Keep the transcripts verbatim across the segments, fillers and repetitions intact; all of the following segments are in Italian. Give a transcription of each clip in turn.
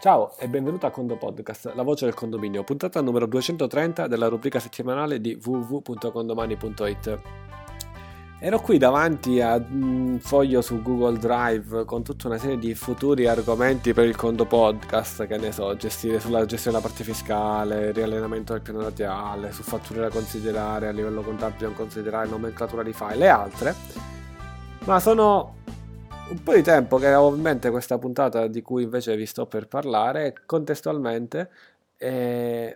Ciao e benvenuto a Condo Podcast, la voce del condominio, puntata numero duecentotrenta della rubrica settimanale di w w w punto condomani punto i t. Ero qui davanti a un foglio su Google Drive con tutta una serie di futuri argomenti per il Condo Podcast, che ne so, gestire sulla gestione della parte fiscale, riallineamento del piano rateale, su fatture da considerare, a livello contabile da considerare, nomenclatura di file e altre, ma sono un po' di tempo che avevo in mente questa puntata di cui invece vi sto per parlare contestualmente e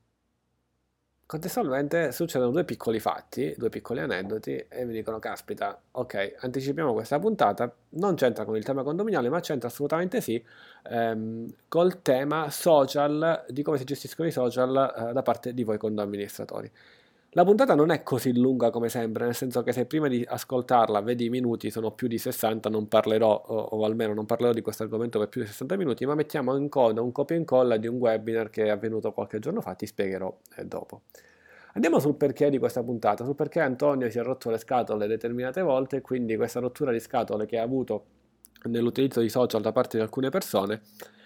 contestualmente succedono due piccoli fatti, due piccoli aneddoti e mi dicono caspita, ok, anticipiamo questa puntata, non c'entra con il tema condominiale ma c'entra assolutamente sì ehm, col tema social, di come si gestiscono i social eh, da parte di voi condoamministratori. La puntata non è così lunga come sembra, nel senso che se prima di ascoltarla vedi i minuti sono più di sessanta, non parlerò, o, o almeno non parlerò di questo argomento per più di sessanta minuti, ma mettiamo in coda un copia e incolla di un webinar che è avvenuto qualche giorno fa, ti spiegherò eh, dopo. Andiamo sul perché di questa puntata, sul perché Antonio si è rotto le scatole determinate volte, quindi questa rottura di scatole che ha avuto nell'utilizzo di social da parte di alcune persone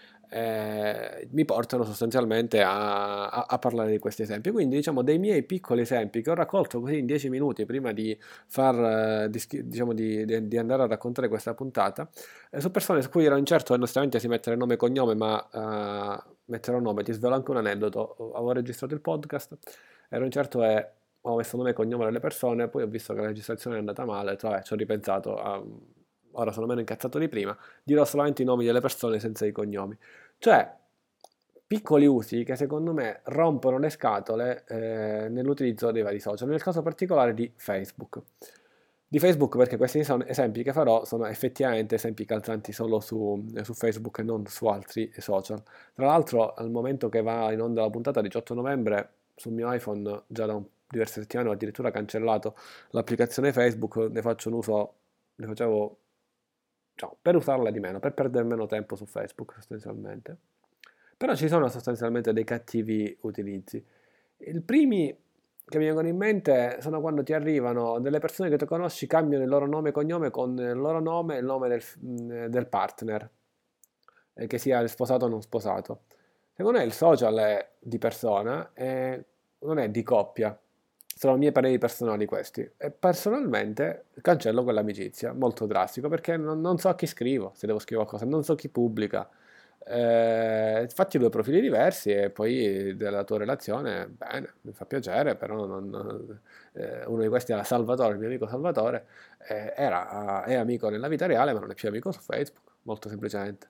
eh, mi portano sostanzialmente a, a, a parlare di questi esempi. Quindi diciamo dei miei piccoli esempi che ho raccolto così in dieci minuti prima di, far, eh, di, diciamo di, di, di andare a raccontare questa puntata, eh, su persone su cui ero incerto onestamente si mettere nome e cognome, ma uh, metterò nome. Ti svelo anche un aneddoto: avevo registrato il podcast, ero incerto e ho messo nome e cognome delle persone, poi ho visto che la registrazione è andata male, cioè ci ho ripensato, a, ora sono meno incazzato di prima, dirò solamente i nomi delle persone senza i cognomi. Cioè, piccoli usi che secondo me rompono le scatole eh, nell'utilizzo dei vari social, nel caso particolare di Facebook. Di Facebook perché questi sono esempi che farò sono effettivamente esempi calzanti solo su, su Facebook e non su altri social. Tra l'altro al momento che va in onda la puntata diciotto novembre sul mio iPhone già da un, diverse settimane ho addirittura cancellato l'applicazione Facebook, ne faccio un uso, ne facevo cioè, per usarla di meno, per perdere meno tempo su Facebook sostanzialmente. Però ci sono sostanzialmente dei cattivi utilizzi. I primi che mi vengono in mente sono quando ti arrivano delle persone che tu conosci, cambiano il loro nome e cognome con il loro nome e il nome del, del partner, eh, che sia sposato o non sposato. Secondo me il social è di persona e non è di coppia. Sono i miei pareri personali questi. E personalmente cancello quell'amicizia, molto drastico, perché non, non so a chi scrivo, se devo scrivere qualcosa, non so chi pubblica. Eh, fatti due profili diversi e poi della tua relazione, bene, mi fa piacere, però non, non- eh, uno di questi era Salvatore, il mio amico Salvatore, eh, era, è amico nella vita reale, ma non è più amico su Facebook, molto semplicemente.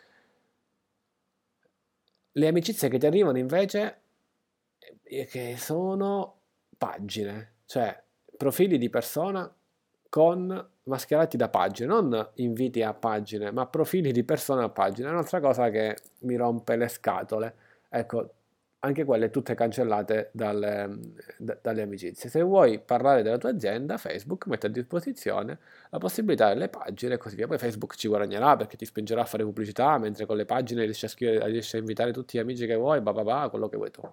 Le amicizie che ti arrivano invece, eh, che sono pagine, cioè profili di persona con mascherati da pagine, non inviti a pagine, ma profili di persona a pagine. È un'altra cosa che mi rompe le scatole. Ecco, anche quelle tutte cancellate dalle, da- dalle amicizie. Se vuoi parlare della tua azienda, Facebook mette a disposizione la possibilità delle pagine e così via. Poi Facebook ci guadagnerà perché ti spingerà a fare pubblicità, mentre con le pagine riesci a scrivere, riesci a invitare tutti gli amici che vuoi, bah bah bah, quello che vuoi tu.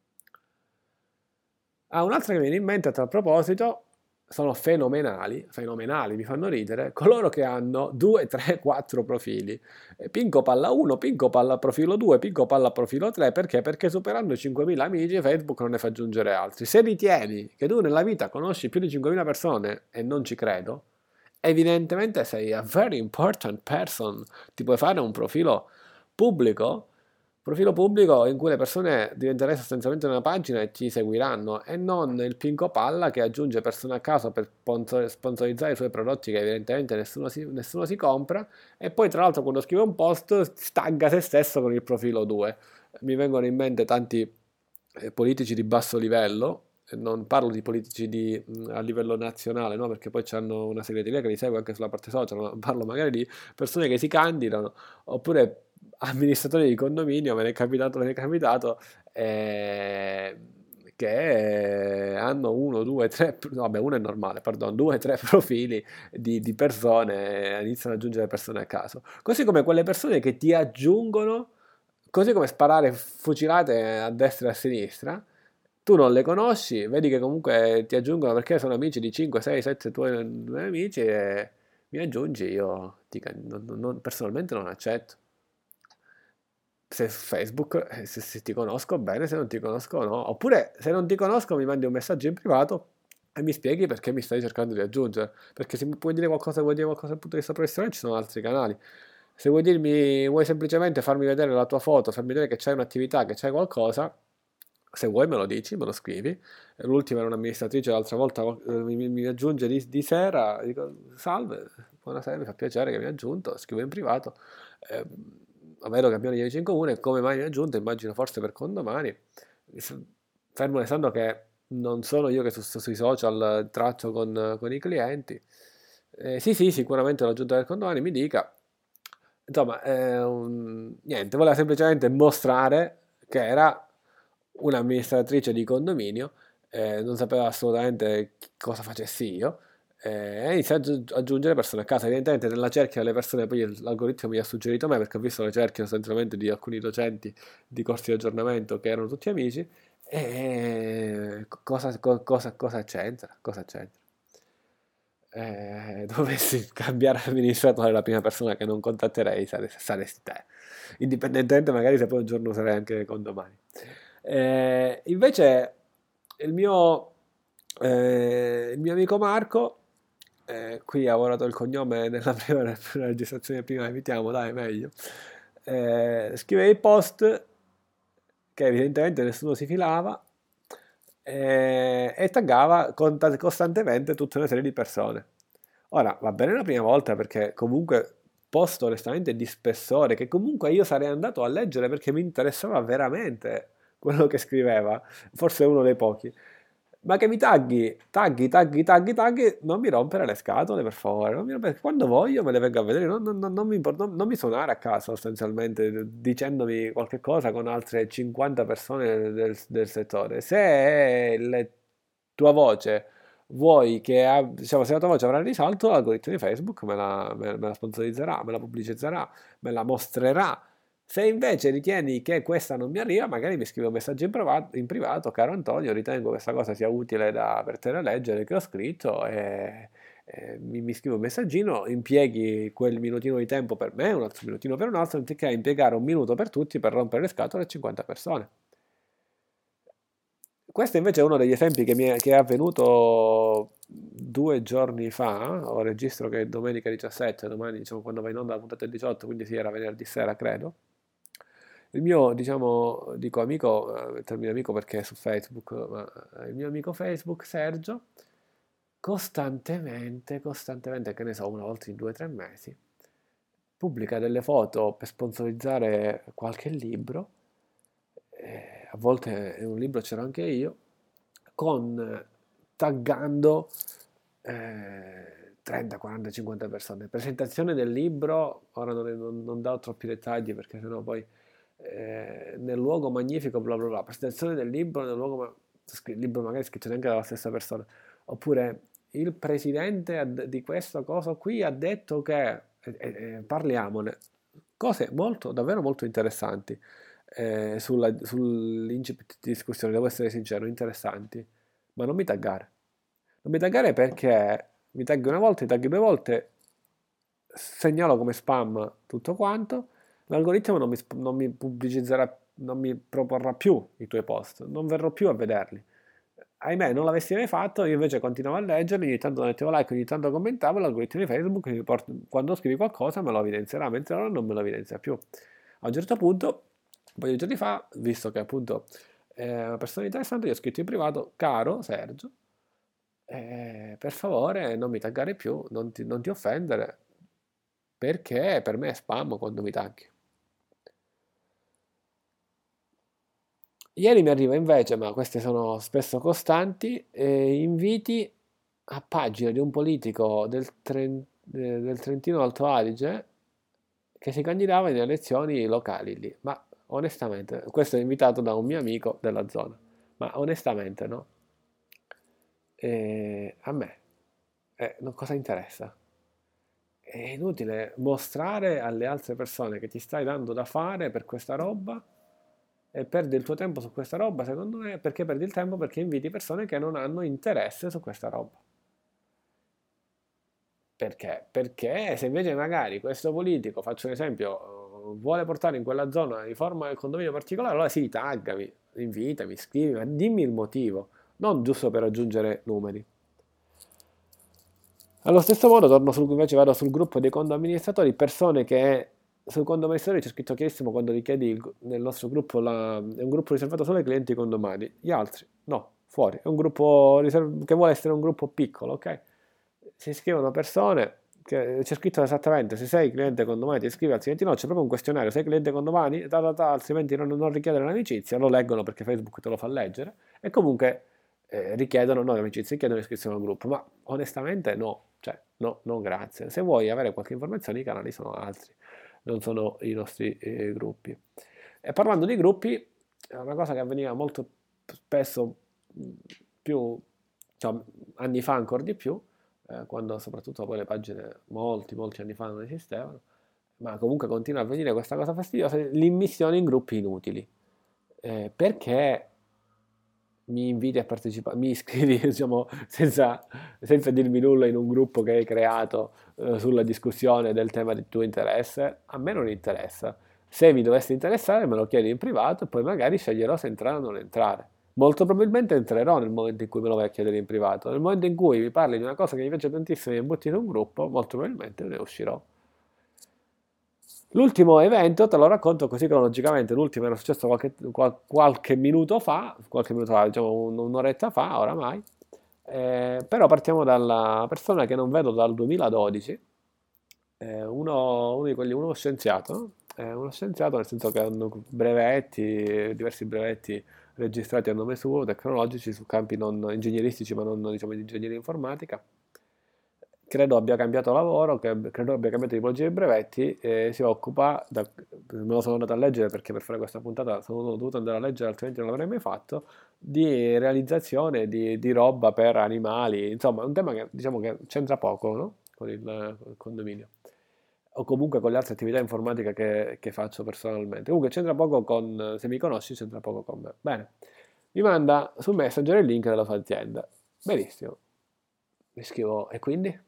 Ah, un'altra che mi viene in mente a tal proposito, sono fenomenali, fenomenali, mi fanno ridere, coloro che hanno due, tre, quattro profili. Eh, Pinco Palla uno, Pinco Palla profilo due, Pinco Palla profilo tre, perché? Perché superando i cinquemila amici Facebook non ne fa aggiungere altri. Se ritieni che tu nella vita conosci più di cinquemila persone, e non ci credo, evidentemente sei a very important person, ti puoi fare un profilo pubblico, profilo pubblico in cui le persone diventerai sostanzialmente una pagina e ti seguiranno e non il Pinco Palla che aggiunge persone a caso per sponsor- sponsorizzare i suoi prodotti che evidentemente nessuno si, nessuno si compra e poi tra l'altro quando scrive un post stagga se stesso con il profilo due. Mi vengono in mente tanti eh, politici di basso livello, non parlo di politici di, mh, a livello nazionale, no? Perché poi hanno una segreteria che li segue anche sulla parte social, ma parlo magari di persone che si candidano, oppure amministratori di condominio, me ne è capitato, me ne è capitato, eh, che hanno uno, due, tre, no, vabbè, uno è normale, perdono, due, tre profili di, di persone, e iniziano ad aggiungere persone a caso. Così come quelle persone che ti aggiungono, così come sparare fucilate a destra e a sinistra, tu non le conosci, vedi che comunque ti aggiungono perché sono amici di cinque, sei, sette tuoi, tuoi amici e mi aggiungi, io ti can- non- non- personalmente non accetto. se Facebook, eh, se, se ti conosco bene, se non ti conosco no. Oppure se non ti conosco mi mandi un messaggio in privato e mi spieghi perché mi stai cercando di aggiungere. Perché se mi puoi dire qualcosa, vuoi dire qualcosa dal punto di vista professionale, ci sono altri canali. Se vuoi dirmi, vuoi semplicemente farmi vedere la tua foto, farmi vedere che c'hai un'attività, che c'hai qualcosa, se vuoi me lo dici, me lo scrivi. L'ultima era un'amministratrice, l'altra volta eh, mi, mi- mi aggiunge di, di sera, dico salve, buonasera, mi fa piacere che mi ha aggiunto, scrivo in privato. Eh, vedo che abbiamo gli amici in comune, come mai mi ha aggiunto? Immagino forse per condomani. Fermo restando che non sono io che su- sui social traccio con, con i clienti. Eh, sì, sì, sicuramente l'ho aggiunta del condomani, mi dica. Insomma, eh, un- niente, voleva semplicemente mostrare che era un'amministratrice di condominio, eh, non sapeva assolutamente chi- cosa facessi io, eh, e inizia ad aggiung- aggiungere persone a casa. Evidentemente nella cerchia delle persone, poi l'algoritmo mi ha suggerito me, perché ho visto le cerchie sostanzialmente di alcuni docenti di corsi di aggiornamento che erano tutti amici, e cosa, co- cosa, cosa c'entra? Cosa c'entra? Eh, dovessi cambiare amministratore, la prima persona che non contatterei sare- saresti te, indipendentemente magari se poi un giorno userai anche condomani. Eh, invece il mio, eh, il mio amico Marco, eh, qui ha lavorato il cognome nella prima nella registrazione prima, evitiamo, dai, meglio, eh, scrive i post che evidentemente nessuno si filava, eh, e taggava conta- costantemente tutta una serie di persone. Ora, va bene la prima volta perché comunque post onestamente di spessore, che comunque io sarei andato a leggere perché mi interessava veramente quello che scriveva, forse uno dei pochi. Ma che mi tagghi, tagghi, tagghi, tagghi, tagghi, non mi rompere le scatole per favore, non mi rompere- quando voglio me le vengo a vedere, non, non- non- non mi, impor- non- non mi suonare a casa sostanzialmente dicendomi qualche cosa con altre cinquanta persone del, del settore. Se la tua voce vuoi che, ab- diciamo, se la tua voce avrà risalto, l'algoritmo di Facebook me la, me me la sponsorizzerà, me la pubblicizzerà, me la mostrerà. Se invece ritieni che questa non mi arriva, magari mi scrivi un messaggio in, prova- in privato, caro Antonio, ritengo questa cosa sia utile da, per te da leggere che ho scritto e, e mi, mi scrivi un messaggino, impieghi quel minutino di tempo per me, un altro minutino per un altro, anziché impiegare un minuto per tutti per rompere le scatole a cinquanta persone. Questo invece è uno degli esempi che mi è, che è avvenuto due giorni fa. Ho registro che è domenica diciassette, domani diciamo quando va in onda la puntata è diciotto, quindi sì, era venerdì sera credo. Il mio, diciamo, dico amico, eh, termine amico perché è su Facebook, ma eh, il mio amico Facebook, Sergio, costantemente, costantemente, che ne so, una volta in due o tre mesi, pubblica delle foto per sponsorizzare qualche libro, eh, a volte in un libro c'ero anche io, con eh, taggando eh, trenta, quaranta, cinquanta persone. Presentazione del libro, ora non, non, non do troppi dettagli perché sennò poi eh, nel luogo magnifico, bla bla bla. Presentazione del libro nel luogo, ma- scr- libro magari scritto neanche dalla stessa persona. Oppure il presidente ha d- di questa cosa qui ha detto che, e- e- e parliamone, cose molto, davvero molto interessanti eh, sulla, sull'incipit di discussione, devo essere sincero, interessanti, ma non mi taggare. Non mi taggare perché mi tagli una volta, mi tagli due volte, segnalo come spam tutto quanto, l'algoritmo non mi, sp- non mi pubblicizzerà, non mi proporrà più i tuoi post, non verrò più a vederli. Ahimè, non l'avessi mai fatto, io invece continuavo a leggerli, ogni tanto mettevo like, ogni tanto commentavo, l'algoritmo di Facebook mi porta- quando scrivi qualcosa me lo evidenzierà, mentre ora non me lo evidenzia più. A un certo punto, un paio di giorni fa, visto che appunto è una persona interessante, gli ho scritto in privato, caro Sergio, eh, per favore non mi taggare più, non ti, non ti offendere, perché per me è spam quando mi tagli. Ieri mi arriva invece, ma queste sono spesso costanti, eh, inviti a pagina di un politico del, Tren- eh, del Trentino Alto Adige che si candidava in elezioni locali lì. Ma onestamente, questo è invitato da un mio amico della zona, ma onestamente no. Eh, a me, eh, non cosa interessa? È inutile mostrare alle altre persone che ti stai dando da fare per questa roba e perdi il tuo tempo su questa roba, secondo me, perché perdi il tempo perché inviti persone che non hanno interesse su questa roba. Perché? Perché se invece magari questo politico, faccio un esempio, vuole portare in quella zona di forma del condominio particolare, allora sì, taggami, invitami, scrivi, ma dimmi il motivo, non giusto per aggiungere numeri. Allo stesso modo, torno sul, invece vado sul gruppo dei condo amministratori, persone che sul condo amministratori c'è scritto chiarissimo quando richiedi il- nel nostro gruppo, la- è un gruppo riservato solo ai clienti condomani, gli altri no, fuori, è un gruppo riserv- che vuole essere un gruppo piccolo, ok? Si iscrivono persone, che c'è scritto esattamente se sei cliente condomani ti iscrivi, altrimenti no, c'è proprio un questionario, sei cliente condomani, ta, ta, ta, altrimenti non, non richiedere l'amicizia, lo leggono perché Facebook te lo fa leggere, e comunque eh, richiedono, no, l'amicizia, richiedono l'iscrizione al gruppo, ma onestamente no, cioè no, no grazie, se vuoi avere qualche informazione i canali sono altri, non sono i nostri eh, gruppi. E parlando di gruppi, è una cosa che avveniva molto spesso, mh, più, cioè, anni fa ancora di più, eh, quando soprattutto poi le pagine molti, molti anni fa non esistevano, ma comunque continua a avvenire questa cosa fastidiosa, l'immissione in gruppi inutili. Eh, perché mi inviti a partecipare, mi iscrivi, diciamo, senza, senza dirmi nulla in un gruppo che hai creato eh, sulla discussione del tema di tuo interesse? A me non interessa. Se mi dovesse interessare me lo chiedi in privato e poi magari sceglierò se entrare o non entrare. Molto probabilmente entrerò nel momento in cui me lo vai a chiedere in privato. Nel momento in cui mi parli di una cosa che mi piace tantissimo e mi butti in un gruppo, molto probabilmente ne uscirò. L'ultimo evento te lo racconto così cronologicamente, l'ultimo era successo qualche, qual- qualche minuto fa, qualche minuto fa, diciamo un- un'oretta fa oramai, eh, però partiamo dalla persona che non vedo dal duemiladodici, eh, uno, uno di quelli, uno scienziato, eh, uno scienziato nel senso che hanno brevetti, diversi brevetti registrati a nome suo, tecnologici, su campi non ingegneristici ma non diciamo di ingegneria informatica. Credo abbia cambiato lavoro, che- credo abbia cambiato tipologia di brevetti e si occupa, da- me lo sono andato a leggere perché per fare questa puntata sono dovuto andare a leggere, altrimenti non l'avrei mai fatto, di realizzazione di, di roba per animali, insomma è un tema che diciamo che c'entra poco, no? Con il, con il condominio, o comunque con le altre attività informatiche che, che faccio personalmente. Comunque c'entra poco con, se mi conosci, c'entra poco con me. Bene, mi manda su Messenger il link della sua azienda. Benissimo, mi scrivo, e quindi?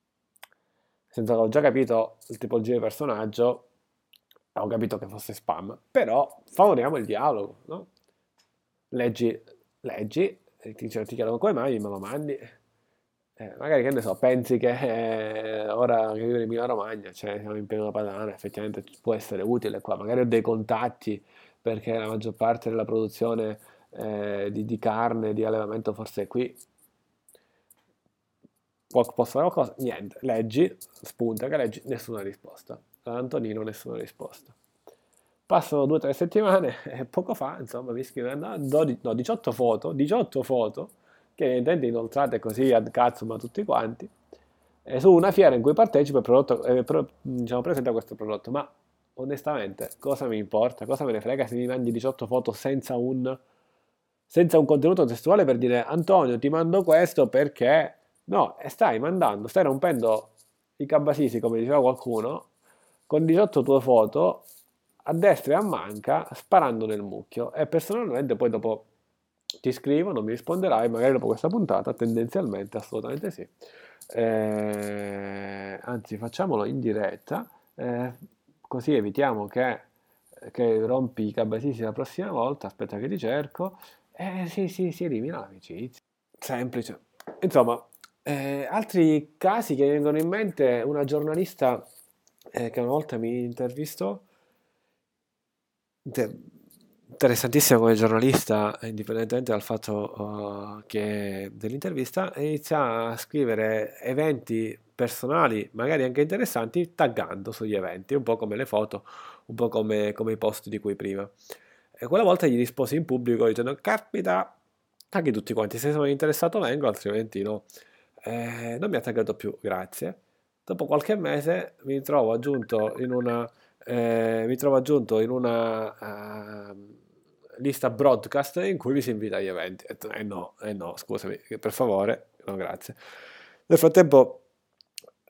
Senza che ho già capito il tipologia di personaggio, ho capito che fosse spam, però favoriamo il dialogo, no? Leggi, leggi, e ti, cioè, ti chiedono come mai me lo mandi. Eh, magari che ne so, pensi che eh, ora che vivo in Emilia Romagna, cioè siamo in piena padana, effettivamente può essere utile qua. Magari ho dei contatti perché la maggior parte della produzione eh, di, di carne, di allevamento forse è qui. Qual- Posso fare qualcosa? Niente, leggi, spunta che leggi, nessuna risposta. Da Antonino nessuna risposta. Passano due o tre settimane e poco fa, insomma, mi scrive no, dodici no, diciotto foto, diciotto foto, che evidentemente inoltrate così ad cazzo ma tutti quanti, e su una fiera in cui partecipo e prodotto, eh, pro- diciamo, presenta questo prodotto. Ma onestamente, cosa mi importa? Cosa me ne frega se mi mandi diciotto foto senza un, senza un contenuto testuale per dire Antonio, ti mando questo perché... No, e stai mandando, stai rompendo i cabasisi, come diceva qualcuno, con diciotto tue foto a destra e a manca, sparando nel mucchio. E personalmente poi dopo ti scrivo, non mi risponderai, magari dopo questa puntata, tendenzialmente, assolutamente sì. Eh, anzi, facciamolo in diretta, eh, così evitiamo che, che rompi i cabasisi la prossima volta. Aspetta che ti cerco. Eh sì, sì, si elimina l'amicizia. Semplice. Insomma, eh, altri casi che mi vengono in mente, una giornalista eh, che una volta mi intervistò, Inter- interessantissima come giornalista, indipendentemente dal fatto eh, che dell'intervista, inizia a scrivere eventi personali, magari anche interessanti, taggando sugli eventi, un po' come le foto, un po' come, come i post di cui prima. E quella volta gli risposi in pubblico dicendo, capita, tagghi tutti quanti, se sono interessato vengo, altrimenti no. Eh, non mi ha taggato più, grazie. Dopo qualche mese mi trovo aggiunto in una eh, mi trovo aggiunto in una ehm, lista broadcast in cui vi si invita agli eventi. Ho detto, eh no, eh no, scusami, per favore, no grazie. Nel frattempo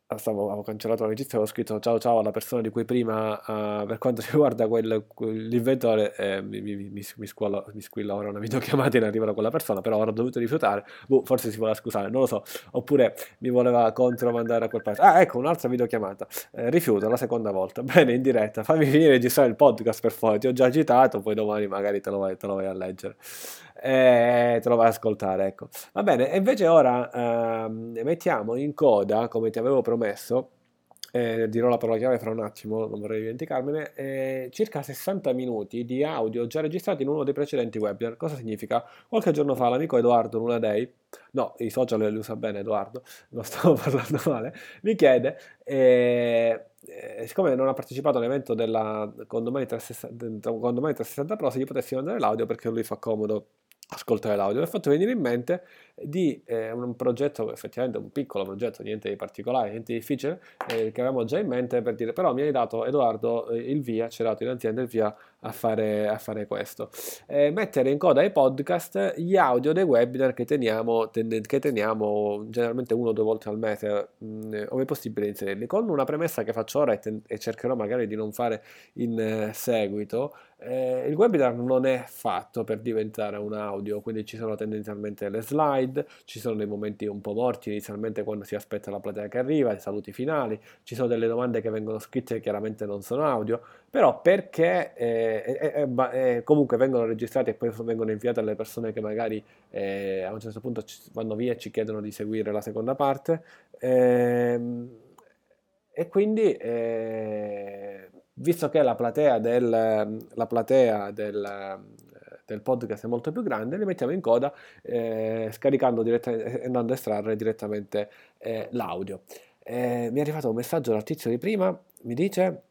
stavo, avevo cancellato l'amicizia, avevo scritto ciao ciao alla persona di cui prima, eh, per quanto riguarda quel, quell'inventore, eh, mi, mi, mi, mi squilla, mi squilla ora una videochiamata in arrivo da quella persona, però ora ho dovuto rifiutare, boh, forse si voleva scusare, non lo so, oppure mi voleva contromandare a quel paese. Ah, ecco, un'altra videochiamata, eh, rifiuto la seconda volta, bene, in diretta, fammi finire di registrare il podcast per favore, ti ho già citato, poi domani magari te lo vai, te lo vai a leggere. Eh, te lo vai ad ascoltare, ecco. Va bene, e invece ora ehm, mettiamo in coda, come ti avevo promesso, eh, dirò la parola chiave fra un attimo, non vorrei dimenticarmene, eh, circa sessanta minuti di audio già registrati in uno dei precedenti webinar. Cosa significa? Qualche giorno fa l'amico Edoardo Luna Day, no, i social li usa bene Edoardo, non stavo parlando male, mi chiede, eh, eh, siccome non ha partecipato all'evento della Condomani trecentosessanta, Condomani trecentosessanta Pro, se gli potessi mandare l'audio perché a lui fa comodo ascoltare l'audio. Mi ha fatto venire in mente di eh, un progetto, effettivamente un piccolo progetto, niente di particolare, niente di difficile, eh, che avevamo già in mente per dire, però mi hai dato Edoardo eh, il via, ci ha dato in azienda il via a fare, a fare questo. Eh, mettere in coda ai podcast gli audio dei webinar che teniamo, tende- che teniamo generalmente uno o due volte al mese, mh, ove è possibile inserirli, con una premessa che faccio ora e, ten- e cercherò magari di non fare in eh, seguito. Eh, il webinar non è fatto per diventare un audio, quindi ci sono tendenzialmente le slide, ci sono dei momenti un po' morti inizialmente quando si aspetta la platea che arriva, i saluti finali, ci sono delle domande che vengono scritte che chiaramente non sono audio, però perché eh, eh, eh, ba- eh, comunque vengono registrati e poi vengono inviate alle persone che magari eh, a un certo punto ci- vanno via e ci chiedono di seguire la seconda parte. Ehm, e quindi, eh, visto che la platea del, la platea del, del podcast è molto più grande, li mettiamo in coda eh, scaricando direttamente, andando a estrarre direttamente eh, l'audio. Eh, mi è arrivato un messaggio dal tizio di prima, mi dice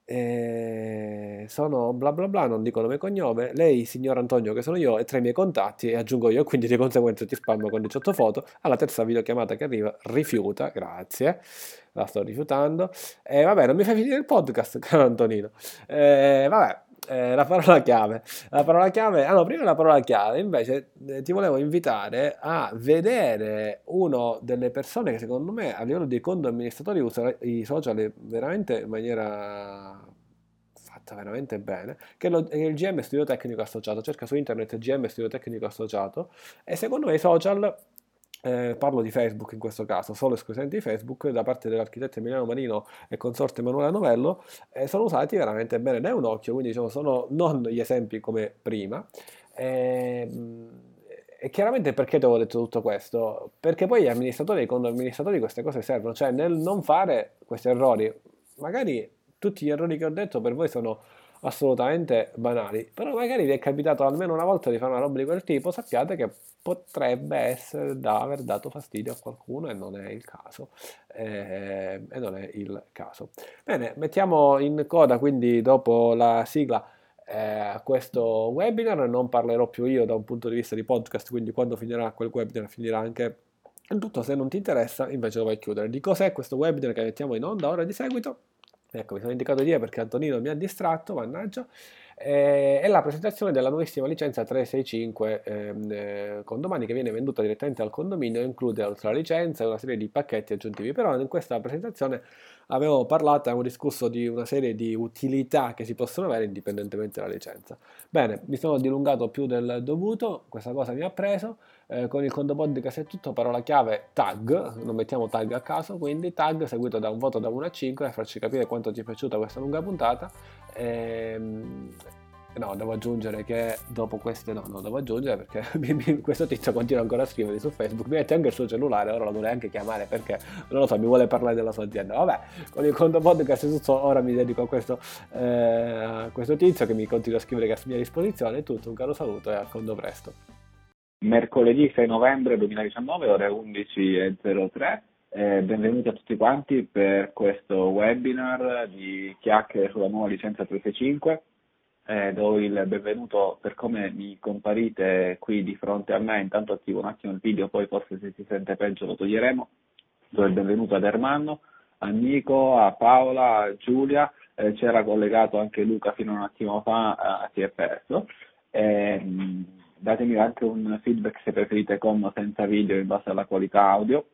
eh, sono bla bla bla, non dico nome e cognome, lei signor Antonio che sono io e tra i miei contatti e aggiungo io, quindi di conseguenza ti spammo con diciotto foto. Alla terza videochiamata che arriva rifiuta, grazie, la sto rifiutando. E vabbè, non mi fai finire il podcast, caro Antonino. Eh, vabbè, eh, la parola chiave. La parola chiave, ah no, prima la parola chiave, invece eh, ti volevo invitare a vedere una delle persone che secondo me a livello di conto amministratori usa i social veramente in maniera fatta veramente bene, che è lo- è il G M Studio Tecnico Associato, cerca su internet G M Studio Tecnico Associato e secondo me i social, eh, parlo di Facebook in questo caso, solo esclusivamente di Facebook, da parte dell'architetto Emiliano Marino e consorte Emanuele Novello, eh, sono usati veramente bene, dai un occhio, quindi diciamo, sono non gli esempi come prima. Ehm, E, chiaramente perché ti avevo detto tutto questo? Perché poi gli amministratori, quando amministratori queste cose servono, cioè nel non fare questi errori, magari tutti gli errori che ho detto per voi sono assolutamente banali, però magari vi è capitato almeno una volta di fare una roba di quel tipo, sappiate che potrebbe essere da aver dato fastidio a qualcuno e non è il caso. Eh, e non è il caso. Bene, mettiamo in coda quindi dopo la sigla eh, questo webinar, non parlerò più io da un punto di vista di podcast, quindi quando finirà quel webinar finirà anche il tutto, se non ti interessa invece lo vai a chiudere. Di cos'è questo webinar che mettiamo in onda ora di seguito? Ecco, mi sono indicato di dire perché Antonino mi ha distratto, mannaggia. Eh, è la presentazione della nuovissima licenza trecentosessantacinque ehm, eh, condomani che viene venduta direttamente al condominio e include oltre alla licenza una serie di pacchetti aggiuntivi. Però in questa presentazione avevo parlato, avevo discusso di una serie di utilità che si possono avere indipendentemente dalla licenza. Bene, mi sono dilungato più del dovuto, questa cosa mi ha preso. Eh, con il conto podcast è tutto, parola chiave tag, non mettiamo tag a caso, quindi tag seguito da un voto da uno a cinque per farci capire quanto ti è piaciuta questa lunga puntata. Ehm, no, devo aggiungere che dopo queste, no, non devo aggiungere perché mi- mi- questo tizio continua ancora a scrivere su Facebook, mi mette anche il suo cellulare, ora lo dovrei anche chiamare perché non lo so, mi vuole parlare della sua azienda. Vabbè, con il conto podcast è tutto, ora mi dedico a questo, eh, a questo tizio che mi continua a scrivere che è a mia disposizione. È tutto, un caro saluto e a conto presto. Mercoledì sei novembre duemiladiciannove, ore undici e zero tre. Eh, benvenuti a tutti quanti per questo webinar di chiacchiere sulla nuova licenza trecentosessantacinque. Eh, do il benvenuto per come mi comparite qui di fronte a me. Intanto attivo un attimo il video, poi forse se si sente peggio lo toglieremo. Do il benvenuto ad Ermanno, a Nico, a Paola, a Giulia. Eh, c'era collegato anche Luca fino a un attimo fa, eh, si è perso. Eh, datemi anche un feedback se preferite con o senza video in base alla qualità audio.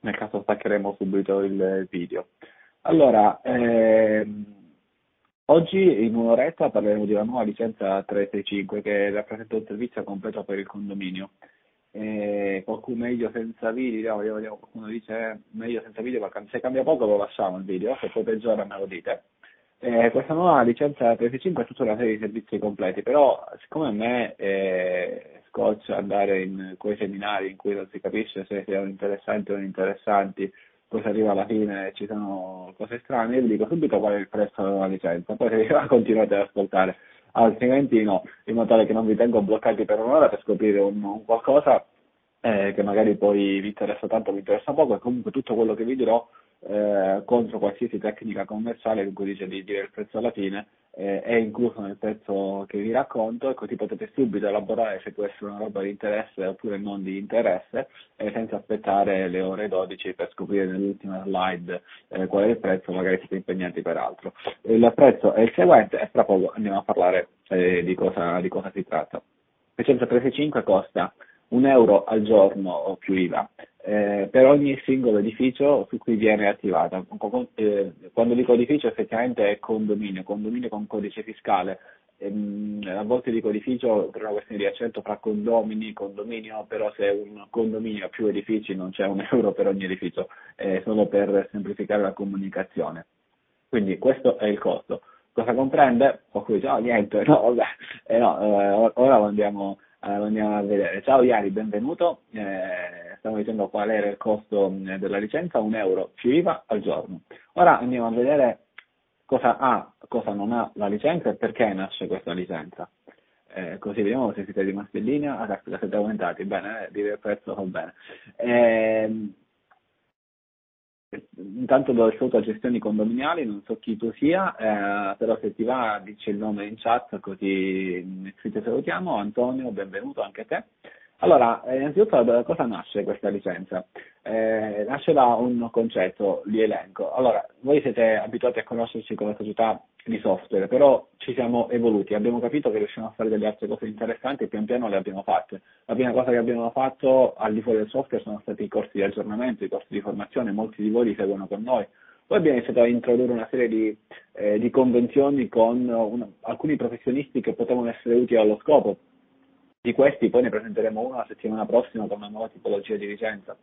nel caso staccheremo subito il video. Allora, ehm, oggi in un'oretta parleremo di una nuova licenza trecentosessantacinque che rappresenta un servizio completo per il condominio. Eh, qualcuno meglio senza video, vediamo, vediamo, qualcuno dice meglio senza video, ma se cambia poco lo lasciamo il video, se poi peggiora me lo dite. Eh, questa nuova licenza trecentosessantacinque ha tutta una serie di servizi completi, però siccome a me eh, scoccia andare in quei seminari in cui non si capisce se siano interessanti o non interessanti, poi si arriva alla fine e ci sono cose strane, io vi dico subito qual è il prezzo della nuova licenza, poi se va continuate ad ascoltare, altrimenti no, in modo tale che non vi tengo bloccati per un'ora per scoprire un, un qualcosa eh, che magari poi vi interessa tanto, vi interessa poco, e comunque tutto quello che vi dirò eh, contro qualsiasi tecnica commerciale in cui dice di dire il prezzo alla fine eh, è incluso nel prezzo che vi racconto, e così potete subito elaborare se può essere una roba di interesse oppure non di interesse, eh, senza aspettare le ore dodici per scoprire nell'ultima slide eh, qual è il prezzo, magari siete impegnati per altro. Il prezzo è il seguente e tra poco andiamo a parlare eh, di, cosa, di cosa si tratta. trecentotrentacinque costa un euro al giorno o più I V A eh, per ogni singolo edificio su cui viene attivata. Eh, quando dico edificio effettivamente è condominio, condominio con codice fiscale. Ehm, a volte dico edificio per una questione di accento fra condomini, condominio, però se un condominio ha più edifici non c'è un euro per ogni edificio, è solo per semplificare la comunicazione. Quindi questo è il costo. Cosa comprende? Qualcuno dice, oh niente, no, vabbè, eh, no, eh, ora lo andiamo, eh, lo andiamo a vedere. Ciao Iari, benvenuto. Eh, stiamo dicendo qual era il costo mh, della licenza, un euro più I V A al giorno. Ora andiamo a vedere cosa ha, cosa non ha la licenza e perché nasce questa licenza. Eh, così vediamo se siete rimasti in linea. Ah, caspita, siete aumentati, bene, eh, dire il prezzo va bene. Eh, Intanto do il saluto a gestioni condominiali, non so chi tu sia, eh, però se ti va dici il nome in chat così ci ti salutiamo. Antonio, benvenuto anche a te. Allora, eh, innanzitutto da cosa nasce questa licenza? Eh, nasce da un concetto, li elenco. Allora, voi siete abituati a conoscerci come società di software, però ci siamo evoluti, abbiamo capito che riusciamo a fare delle altre cose interessanti e pian piano le abbiamo fatte. La prima cosa che abbiamo fatto al di fuori del software sono stati i corsi di aggiornamento, i corsi di formazione, molti di voi li seguono con noi. Poi abbiamo iniziato a introdurre una serie di, eh, di convenzioni con una, alcuni professionisti che potevano essere utili allo scopo. Di questi poi ne presenteremo uno la settimana prossima con una nuova tipologia di licenza.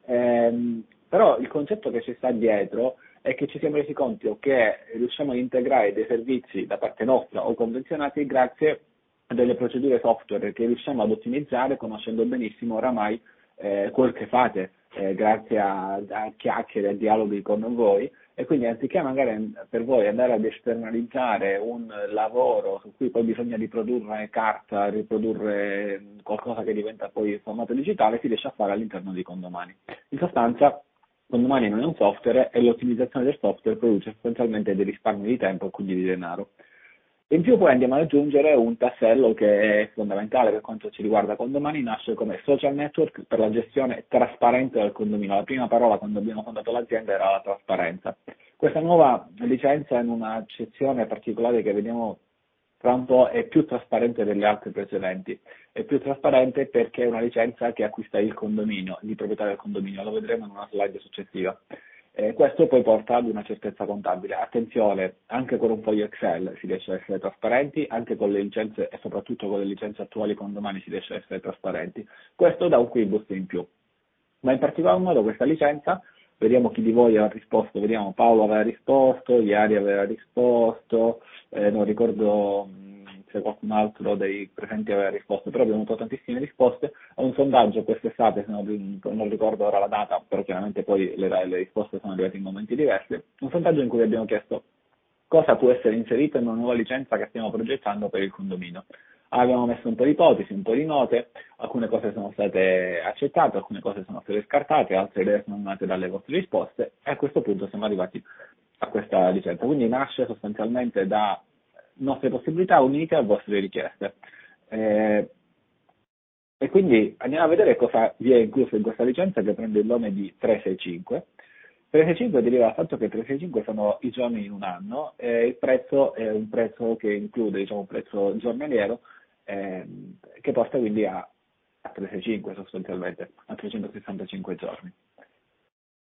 Ehm, però il concetto che ci sta dietro è che ci siamo resi conto che riusciamo ad integrare dei servizi da parte nostra o convenzionati grazie a delle procedure software che riusciamo ad ottimizzare conoscendo benissimo oramai eh, quel che fate, eh, grazie a, a chiacchiere e dialoghi con voi, e quindi anziché magari per voi andare ad esternalizzare un lavoro su cui poi bisogna riprodurre carta, riprodurre qualcosa che diventa poi formato digitale, si riesce a fare all'interno di Condomani. In sostanza, Condomani non è un software e l'ottimizzazione del software produce sostanzialmente dei risparmi di tempo e quindi di denaro. In più poi andiamo ad aggiungere un tassello che è fondamentale per quanto ci riguarda Condomani, nasce come social network per la gestione trasparente del condominio. La prima parola quando abbiamo fondato l'azienda era la trasparenza. Questa nuova licenza in un'accezione particolare che vediamo tra un po' è più trasparente delle altre precedenti. È più trasparente perché è una licenza che acquista il condominio, di proprietà del condominio, lo vedremo in una slide successiva. Eh, questo poi porta ad una certezza contabile. Attenzione, anche con un foglio Excel si riesce a essere trasparenti, anche con le licenze e soprattutto con le licenze attuali con domani si riesce a essere trasparenti. Questo dà un quibus in più. Ma in particolar modo questa licenza, vediamo chi di voi aveva risposto, vediamo Paolo aveva risposto, Iari aveva risposto, eh, non ricordo se qualcun altro dei presenti aveva risposto, però abbiamo avuto tantissime risposte a un sondaggio quest'estate, se non, non ricordo ora la data, però chiaramente poi le, le risposte sono arrivate in momenti diversi, un sondaggio in cui abbiamo chiesto cosa può essere inserito in una nuova licenza che stiamo progettando per il condominio. Abbiamo messo un po' di ipotesi, un po' di note, alcune cose sono state accettate, alcune cose sono state scartate, altre idee sono nate dalle vostre risposte e a questo punto siamo arrivati a questa licenza. Quindi nasce sostanzialmente da nostre possibilità unite a vostre richieste. Eh, e quindi andiamo a vedere cosa vi è incluso in questa licenza che prende il nome di trecentosessantacinque. trecentosessantacinque deriva dal fatto che trecentosessantacinque sono i giorni in un anno e il prezzo è un prezzo che include diciamo, un prezzo giornaliero eh, che porta quindi a, a trecentosessantacinque sostanzialmente, a trecentosessantacinque giorni.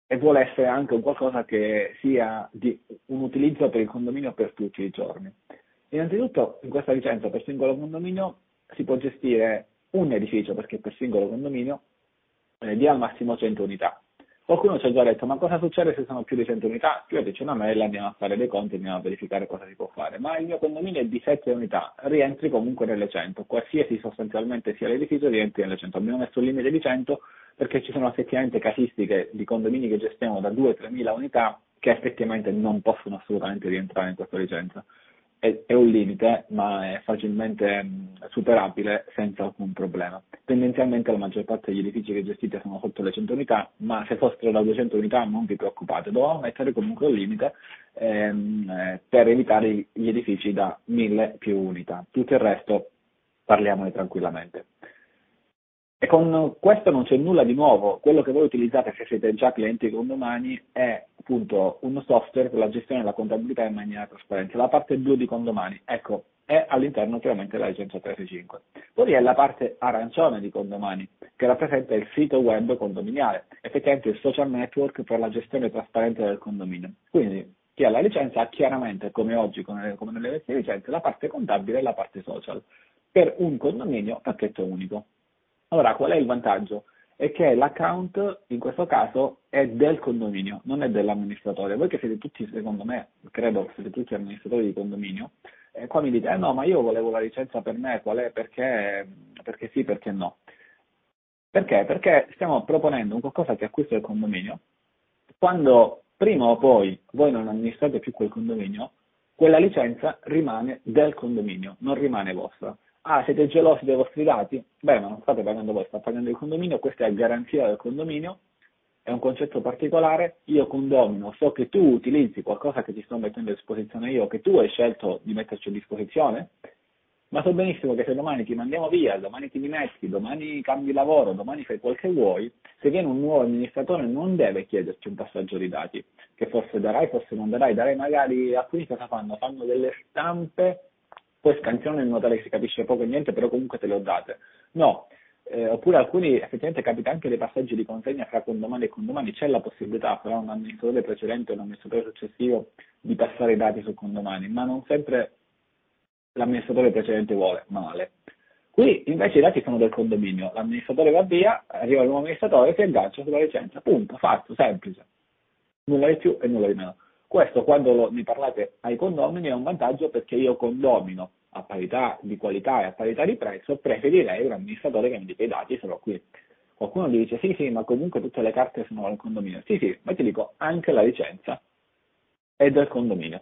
e vuole essere anche un qualcosa che sia di un utilizzo per il condominio per tutti i giorni. Innanzitutto, in questa licenza per singolo condominio si può gestire un edificio, perché per singolo condominio eh, di al massimo cento unità. Qualcuno ci ha già detto, ma cosa succede se sono più di cento unità? Io dico una mail, andiamo a fare dei conti, andiamo a verificare cosa si può fare. Ma il mio condominio è di sette unità, rientri comunque nelle cento, qualsiasi sostanzialmente sia l'edificio rientri nelle cento. Abbiamo messo il limite di cento perché ci sono effettivamente casistiche di condomini che gestiamo da due tre mila unità che effettivamente non possono assolutamente rientrare in questa licenza. È, è un limite, ma è facilmente mh, superabile senza alcun problema. Tendenzialmente la maggior parte degli edifici che gestite sono sotto le cento unità, ma se fossero da duecento unità non vi preoccupate, dovevamo mettere comunque un limite ehm, eh, per evitare gli edifici da mille più unità. Tutto il resto parliamone tranquillamente. E con questo non c'è nulla di nuovo, quello che voi utilizzate se siete già clienti Condomani è appunto uno software per la gestione della contabilità in maniera trasparente. La parte blu di Condomani, ecco, è all'interno chiaramente della licenza trecentosessantacinque. Poi è la parte arancione di Condomani, che rappresenta il sito web condominiale, effettivamente il social network per la gestione trasparente del condominio. Quindi chi ha la licenza ha chiaramente, come oggi, come nelle vecchie licenze, la parte contabile e la parte social, per un condominio pacchetto unico. Ora, qual è il vantaggio? È che l'account in questo caso è del condominio, non è dell'amministratore. Voi che siete tutti, secondo me, credo che siete tutti amministratori di condominio, eh, qua mi dite, eh no, ma io volevo la licenza per me, qual è? Perché, perché sì, perché no? Perché? Perché stiamo proponendo un qualcosa che acquista il condominio, quando prima o poi voi non amministrate più quel condominio, quella licenza rimane del condominio, non rimane vostra. Ah, siete gelosi dei vostri dati? Beh, ma non state pagando voi, sta pagando il condominio, questa è garanzia del condominio, è un concetto particolare, io condomino, so che tu utilizzi qualcosa che ti sto mettendo a disposizione io, che tu hai scelto di metterci a disposizione, ma so benissimo che se domani ti mandiamo via, domani ti dimetti, domani cambi lavoro, domani fai quel che vuoi, se viene un nuovo amministratore non deve chiederci un passaggio di dati, che forse darai, forse non darai, darai magari, alcuni cosa fanno? Fanno delle stampe, poi scansionano in modo tale che si capisce poco e niente, però comunque te le ho date. No, eh, oppure alcuni effettivamente capita anche dei passaggi di consegna fra condomani e condomani, c'è la possibilità fra un amministratore precedente e un amministratore successivo di passare i dati su condomani, ma non sempre l'amministratore precedente vuole, male. Qui invece i dati sono del condominio, l'amministratore va via, arriva il nuovo amministratore, si aggancia sulla licenza, punto, fatto, semplice, nulla di più e nulla di meno. Questo quando lo, mi parlate ai condomini è un vantaggio perché io condomino a parità di qualità e a parità di prezzo, preferirei un amministratore che mi dica i dati solo qui. Qualcuno mi dice sì sì ma comunque tutte le carte sono del condominio, sì sì, ma ti dico anche la licenza è del condominio.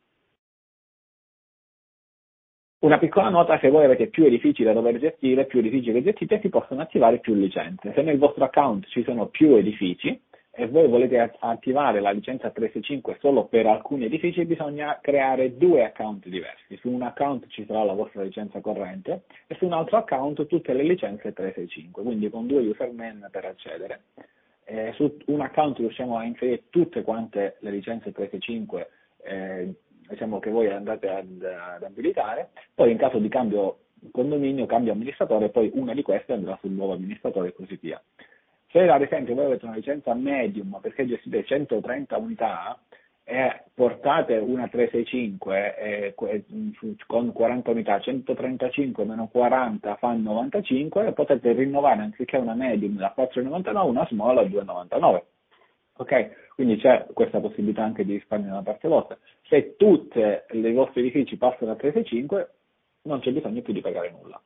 Una piccola nota, se voi avete più edifici da dover gestire, più edifici che gestite, si possono attivare più licenze. Se nel vostro account ci sono più edifici e voi volete attivare la licenza trecentosessantacinque solo per alcuni edifici, bisogna creare due account diversi. Su un account ci sarà la vostra licenza corrente e su un altro account tutte le licenze trecentosessantacinque, quindi con due username per accedere. Eh, su un account riusciamo a inserire tutte quante le licenze trecentosessantacinque eh, diciamo che voi andate ad, ad abilitare, poi in caso di cambio condominio, cambio amministratore, poi una di queste andrà sul nuovo amministratore e così via. Se ad esempio voi avete una licenza medium perché gestite centotrenta unità e portate una trecentosessantacinque e, con quaranta unità, centotrentacinque meno quaranta fa novantacinque, potete rinnovare anziché una medium da quattro virgola novantanove una small a due virgola novantanove. Ok? Quindi c'è questa possibilità anche di risparmio da parte vostra. Se tutti i vostri edifici passano a trecentosessantacinque non c'è bisogno più di pagare nulla.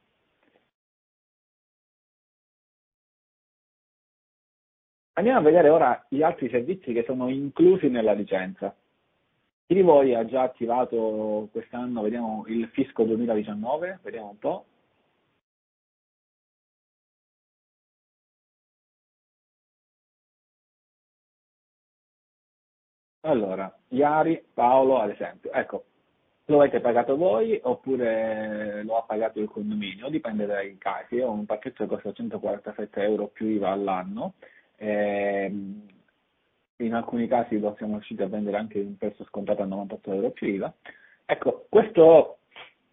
Andiamo a vedere ora gli altri servizi che sono inclusi nella licenza. Chi di voi ha già attivato quest'anno, vediamo, il fisco duemiladiciannove? Vediamo un po'. Allora, Iari, Paolo ad esempio. Ecco, lo avete pagato voi oppure lo ha pagato il condominio? Dipende dai casi. Io ho un pacchetto che costa centoquarantasette euro più I V A all'anno. Ehm, in alcuni casi lo siamo riusciti a vendere anche in prezzo scontato a novantotto euro più I V A. Ecco, questo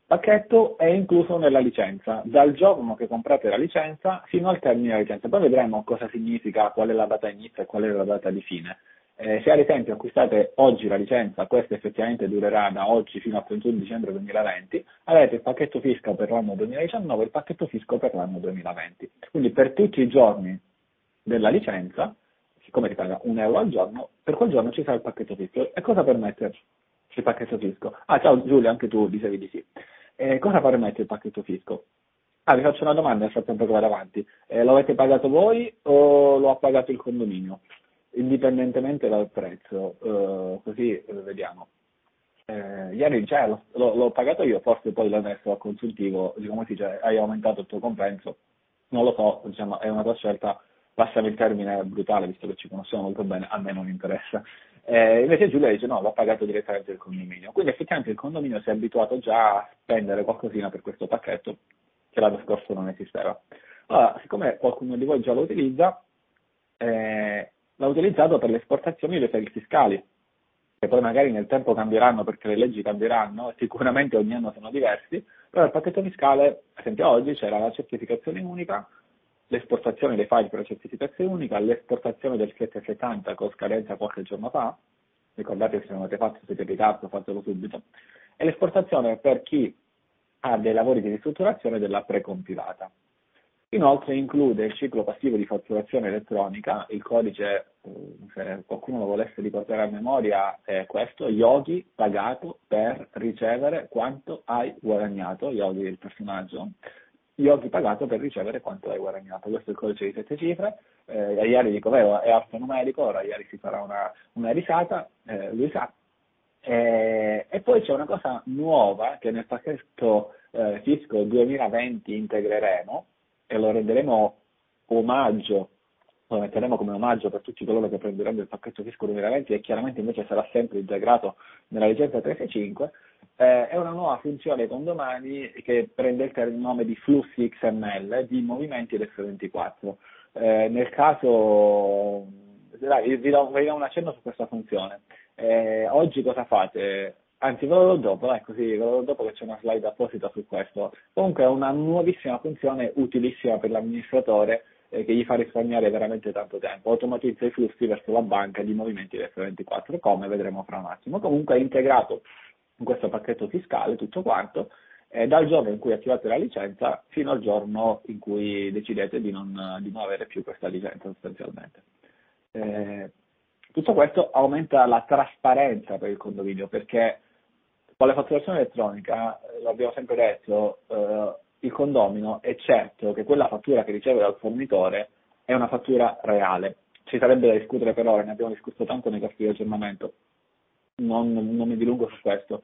pacchetto è incluso nella licenza, dal giorno che comprate la licenza fino al termine della licenza. Poi vedremo cosa significa, qual è la data inizio e qual è la data di fine. Eh, se ad esempio acquistate oggi la licenza, questa effettivamente durerà da oggi fino al trentuno dicembre duemilaventi, avrete il pacchetto fisco per l'anno duemiladiciannove e il pacchetto fisco per l'anno duemilaventi. Quindi per tutti i giorni della licenza, siccome si paga un euro al giorno, per quel giorno ci sarà il pacchetto fisco. E cosa permette il pacchetto fisco? Ah, ciao Giulia, anche tu dicevi di sì. Eh, cosa permette il pacchetto fisco? Ah, vi faccio una domanda nel frattempo che vado avanti. Eh, lo avete pagato voi o lo ha pagato il condominio? Indipendentemente dal prezzo, eh, così eh, vediamo. Eh, ieri cioè, l'ho, l'ho- l'ho pagato io, forse poi l'ho messo a consultivo, come si dice, hai aumentato il tuo compenso, non lo so, diciamo, è una tua scelta, passami il termine brutale, visto che ci conosciamo molto bene, a me non interessa. Eh, invece Giulia dice no, l'ho pagato direttamente il condominio, quindi effettivamente il condominio si è abituato già a spendere qualcosina per questo pacchetto, che l'anno scorso non esisteva. Allora, siccome qualcuno di voi già lo utilizza, eh, l'ha utilizzato per le esportazioni dei file fiscali, che poi magari nel tempo cambieranno perché le leggi cambieranno, sicuramente ogni anno sono diversi, però il pacchetto fiscale, ad esempio oggi c'era la certificazione unica, l'esportazione dei file per la certificazione unica, l'esportazione del settecentosettanta con scadenza qualche giorno fa, ricordate che se non avete fatto siete in ritardo, fatelo subito, e l'esportazione per chi ha dei lavori di ristrutturazione della precompilata. Inoltre include il ciclo passivo di fatturazione elettronica, il codice, eh, se qualcuno lo volesse ricordare a memoria, è questo: Yogi pagato per ricevere quanto hai guadagnato, Yogi è il personaggio, Yogi pagato per ricevere quanto hai guadagnato, questo è il codice di sette cifre, eh, ieri dico vero, è alfanumerico, ora ieri si farà una, una risata, eh, lui sa. Eh, e poi c'è una cosa nuova che nel pacchetto eh, fisco duemilaventi integreremo, e lo renderemo omaggio, lo metteremo come omaggio per tutti coloro che prenderanno il pacchetto fisco duemilaventi, e chiaramente invece sarà sempre integrato nella licenza trecentosessantacinque, eh, è una nuova funzione con domani che prende il ter- nome di flussi X M L di movimenti ed F ventiquattro. Eh, nel caso, dai, vi do, vi do un accenno su questa funzione. Eh, oggi cosa fate? Anzi, ve lo do dopo, dai, così ve lo do dopo che c'è una slide apposita su questo. Comunque è una nuovissima funzione utilissima per l'amministratore, eh, che gli fa risparmiare veramente tanto tempo. Automatizza i flussi verso la banca di movimenti F ventiquattro, come vedremo fra un attimo. Comunque è integrato in questo pacchetto fiscale tutto quanto, eh, dal giorno in cui attivate la licenza fino al giorno in cui decidete di non, di non avere più questa licenza sostanzialmente. Eh, tutto questo aumenta la trasparenza per il condominio, perché con la fatturazione elettronica, eh, lo abbiamo sempre detto, eh, il condomino è certo che quella fattura che riceve dal fornitore è una fattura reale. Ci sarebbe da discutere per ore, ne abbiamo discusso tanto nei corsi di aggiornamento, non, non mi dilungo su questo,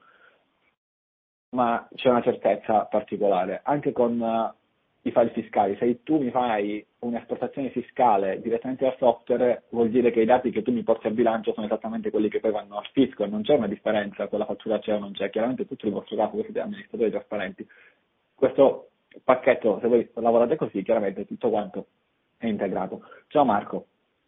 ma c'è una certezza particolare, anche con uh, i file fiscali. Se tu mi fai un'esportazione fiscale direttamente dal software, vuol dire che i dati che tu mi porti a bilancio sono esattamente quelli che poi vanno al fisco, e non c'è una differenza, quella fattura c'è o non c'è, chiaramente tutto il vostro caso, voi siete amministratori trasparenti. Questo pacchetto, se voi lavorate così, chiaramente tutto quanto è integrato. Ciao Marco.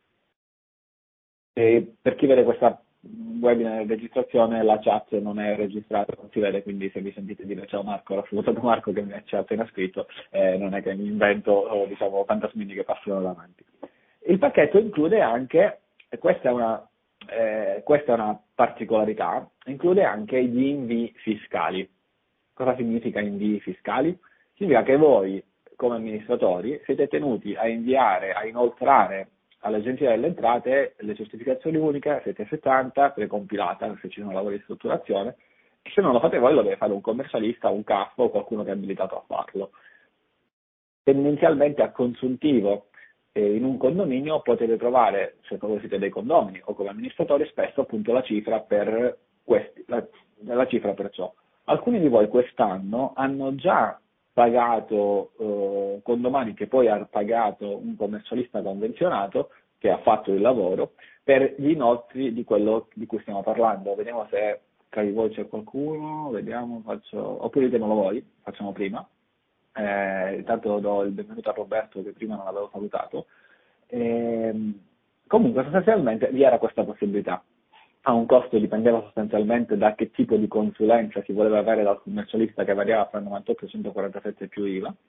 E per chi vede questa webinar in registrazione, la chat non è registrata, non si vede, quindi se vi sentite dire ciao Marco, l'ho salutato Marco che mi ci ha appena scritto, eh, non è che mi invento oh, diciamo fantasmini che passano davanti. Il pacchetto include anche, e questa è una, eh, questa è una particolarità, include anche gli invii fiscali. Cosa significa invii fiscali? Significa che voi, come amministratori, siete tenuti a inviare, a inoltrare all'Agenzia delle Entrate le certificazioni uniche settecentosettanta precompilata, se ci sono lavori di strutturazione, e se non lo fate voi lo deve fare un commercialista, un C A F o qualcuno che è abilitato a farlo. Tendenzialmente a consuntivo, eh, in un condominio potete trovare, se voi siete dei condomini o come amministratori, spesso appunto la cifra per questi, la, la cifra per ciò. Alcuni di voi quest'anno hanno già pagato eh, condomani che poi ha pagato un commercialista convenzionato che ha fatto il lavoro per gli inoltri di quello di cui stiamo parlando. Vediamo se tra di voi c'è qualcuno, vediamo, faccio, oppure ditemelo voi, facciamo prima. Eh, intanto do il benvenuto a Roberto che prima non avevo salutato. Eh, comunque sostanzialmente vi era questa possibilità. a un costo dipendeva sostanzialmente da che tipo di consulenza si voleva avere dal commercialista, che variava fra novantotto e centoquarantasette più I V A,